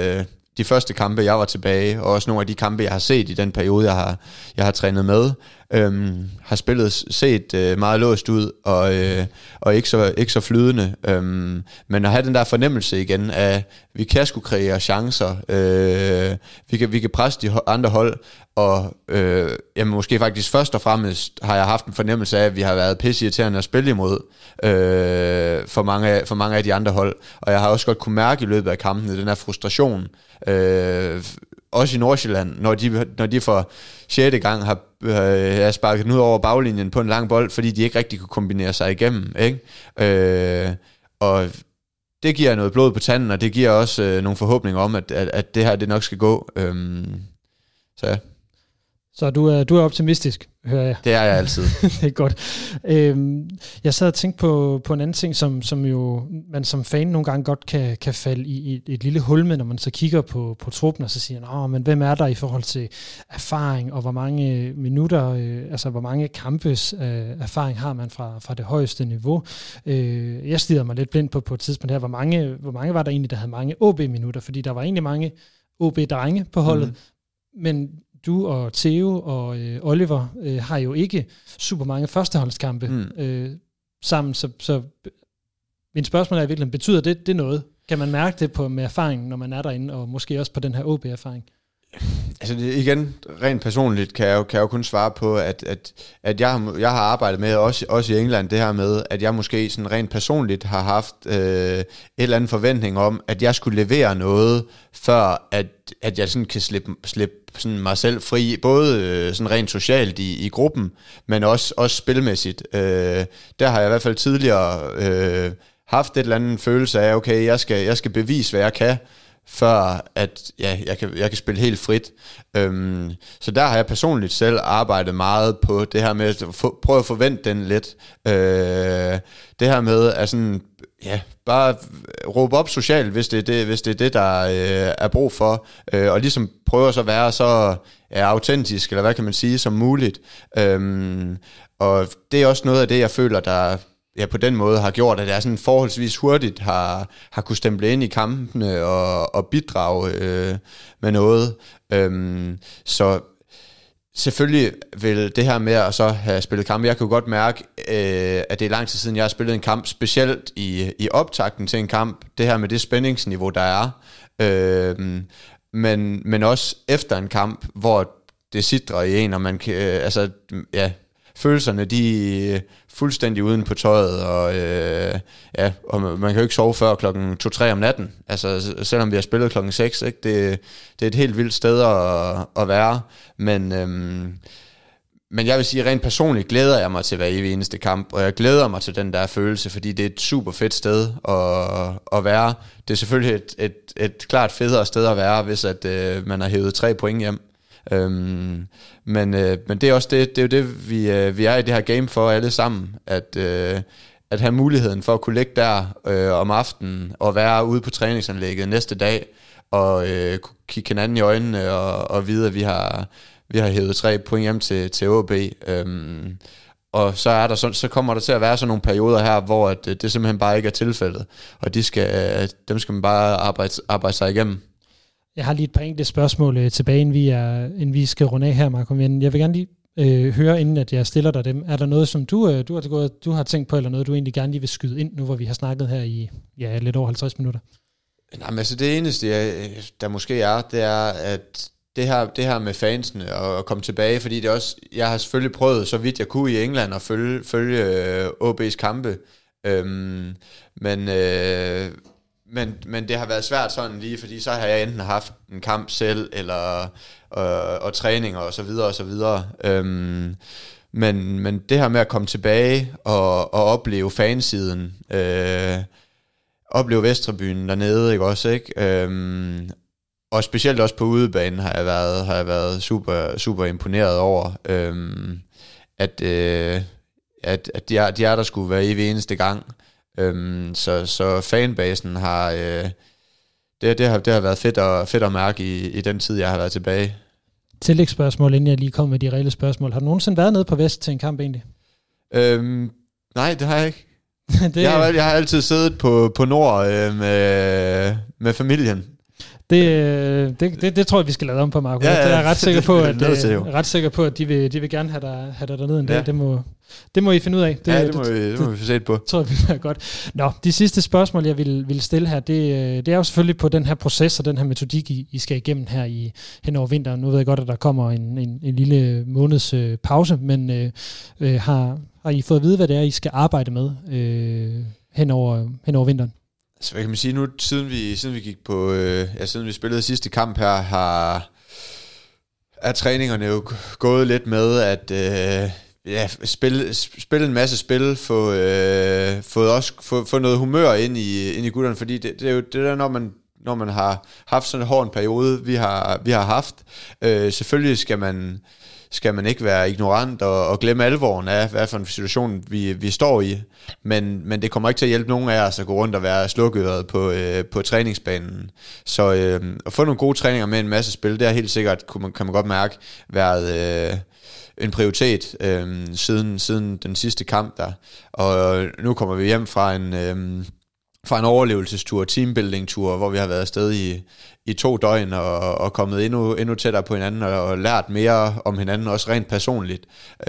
De første kampe, jeg var tilbage, og også nogle af de kampe, jeg har set i den periode, jeg har trænet med. har spillet set meget låst ud, og ikke så flydende. Men at have den der fornemmelse igen af, vi kan sgu kreere chancer, vi kan presse de andre hold, og jamen måske faktisk først og fremmest har jeg haft en fornemmelse af, at vi har været pisseirriterende at spille imod for mange af de andre hold, og jeg har også godt kunne mærke i løbet af kampene den her frustration, også i Nordsjælland, når de for 6. gang har sparket den ud over baglinjen på en lang bold, fordi de ikke rigtig kunne kombinere sig igennem, ikke? Og det giver noget blod på tanden, og det giver også nogle forhåbninger om, at det her det nok skal gå. Så ja. Så du er optimistisk, hører jeg. Det er jeg altid. Det er godt. Jeg sad og tænkte på en anden ting, som jo man som fan nogle gange godt kan falde i et lille hul med, når man så kigger på truppen, og så siger, men hvem er der i forhold til erfaring, og hvor mange minutter, altså hvor mange kampes erfaring har man fra det højeste niveau. Jeg stirrede mig lidt blind på et tidspunkt her, hvor mange var der egentlig, der havde mange OB-minutter, fordi der var egentlig mange OB-drenge på holdet, men du og Theo og Oliver har jo ikke super mange førsteholdskampe sammen, så min spørgsmål er virkelig, betyder det noget? Kan man mærke det med erfaringen, når man er derinde, og måske også på den her OB-erfaring? Altså igen, rent personligt kan jeg jo kun svare på, at jeg har arbejdet med, også i England, det her med, at jeg måske sådan rent personligt har haft et eller andet forventning om, at jeg skulle levere noget, før at jeg sådan kan slippe sådan mig selv fri, både sådan rent socialt i gruppen, men også spilmæssigt. Der har jeg i hvert fald tidligere haft et eller andet følelse af, okay, jeg skal bevise, hvad jeg kan, før at jeg kan spille helt frit. Så der har jeg personligt selv arbejdet meget på det her med at prøve at forvente den lidt. Det her med at sådan, bare råbe op socialt, hvis det er det, der er brug for, og ligesom prøve at så være så autentisk, eller hvad kan man sige, som muligt. Og det er også noget af det, jeg føler, der på den måde har gjort, at jeg sådan forholdsvis hurtigt har kunne stemple ind i kampene og bidrage med noget. Så selvfølgelig vil det her med at så have spillet kampe, jeg kan jo godt mærke, at det er lang tid siden, jeg har spillet en kamp, specielt i optakten til en kamp, det her med det spændingsniveau, der er. Men også efter en kamp, hvor det sidder i en, og man kan, følelserne, de er fuldstændig uden på tøjet, og man kan jo ikke sove før 2-3 om natten, altså selvom vi har spillet 6, ikke? Det er et helt vildt sted at være, men jeg vil sige, rent personligt glæder jeg mig til hver evig eneste kamp, og jeg glæder mig til den der følelse, fordi det er et super fedt sted at være. Det er selvfølgelig et klart federe sted at være, hvis at man har hævet 3 point hjem. Men det er også det er jo det vi er i det her game for alle sammen, at have muligheden for at kunne ligge der om aftenen og være ude på træningsanlægget næste dag og kunne kigge hinanden i øjnene og vide, at vi har hævet 3 point hjem til OB. Og så kommer der til at være sådan nogle perioder her, hvor det simpelthen bare ikke er tilfældet, og dem skal man bare arbejde sig igennem. Jeg har lige et par enkelte spørgsmål tilbage, inden vi skal runde af her, Marco. Men jeg vil gerne lige høre, inden at jeg stiller dig dem. Er der noget, som du har tænkt på, eller noget, du egentlig gerne lige vil skyde ind, nu hvor vi har snakket her i lidt over 50 minutter? Nej, men altså det eneste, der måske er, det er, at det her med fansene og komme tilbage, fordi det også, jeg har selvfølgelig prøvet, så vidt jeg kunne i England, at følge OB's kampe. Men det har været svært sådan lige, fordi så har jeg enten haft en kamp selv, eller og træninger og så videre og så videre. Men det her med at komme tilbage og opleve fansiden, opleve Vesttribunen dernede, ikke også, ikke? Og specielt også på udebanen har jeg været super, super imponeret over, at de er der skulle være evig eneste gang. Så fanbasen har det har været fedt at mærke i den tid, jeg har været tilbage. Tillægsspørgsmål, inden jeg lige kom med de reelle spørgsmål. Har du nogensinde været nede på Vest til en kamp egentlig? Nej, det har jeg ikke. Jeg har altid siddet på Nord med familien. Det tror jeg, vi skal lade om på, Marco. Ja, jeg er ret sikker på, at de vil gerne have dig dernede en dag. Det må I finde ud af. Det må vi få set på. Tror jeg, det bliver godt. Nå, de sidste spørgsmål, jeg vil stille her, det er jo selvfølgelig på den her proces og den her metodik, I skal igennem her hen over vinteren. Nu ved jeg godt, at der kommer en lille måneds pause, men har I fået at vide, hvad det er, I skal arbejde med hen over vinteren? Så hvad kan man sige nu, siden vi gik på, siden vi spillede sidste kamp her, er træningerne jo gået lidt med at spille en masse spil, få noget humør ind i gutterne, fordi det er jo det der, når man har haft sådan en hård periode, vi har haft. Selvfølgelig skal man ikke være ignorant og glemme alvoren af, hvad for en situation vi står i. Men det kommer ikke til at hjælpe nogen af os at gå rundt og være slukøret på træningsbanen. Så at få nogle gode træninger med en masse spil, det er helt sikkert, kan man godt mærke, været en prioritet siden den sidste kamp der. Og nu kommer vi hjem fra en overlevelsestur, teambuilding-tur, hvor vi har været afsted i 2 døgn og kommet endnu tættere på hinanden og lært mere om hinanden, også rent personligt.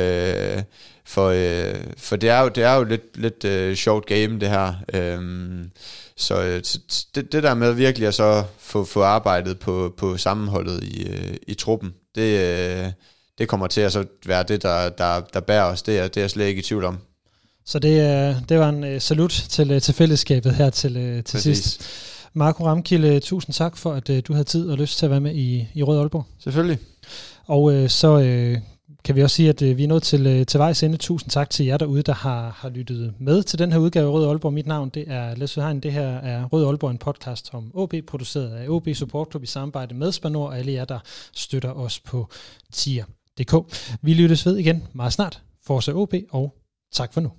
For det er jo lidt sjovt game, det her. Så det der med virkelig at så få arbejdet på sammenholdet i truppen, det kommer til at så være det, der bærer os. Det er jeg slet ikke i tvivl om. Så det var en salut til fællesskabet her til sidst. Marco Ramkilde, tusind tak for, at du havde tid og lyst til at være med i Rød Aalborg. Selvfølgelig. Og så kan vi også sige, at vi er nået til vejs ende. Tusind tak til jer derude, der har lyttet med til den her udgave af Rød Aalborg. Mit navn, det er Lasse Hein. Det her er Rød Aalborg, en podcast om OB, produceret af OB Support Club i samarbejde med Spanor og alle jer, der støtter os på tier.dk. Vi lyttes ved igen meget snart. Forza OB, og tak for nu.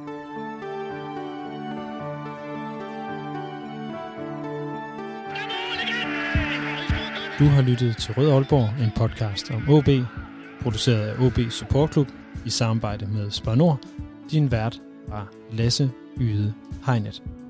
Du har lyttet til Rød Aalborg, en podcast om OB, produceret af OB Support Club i samarbejde med Spanor. Din vært var Lasse Yde Heinet.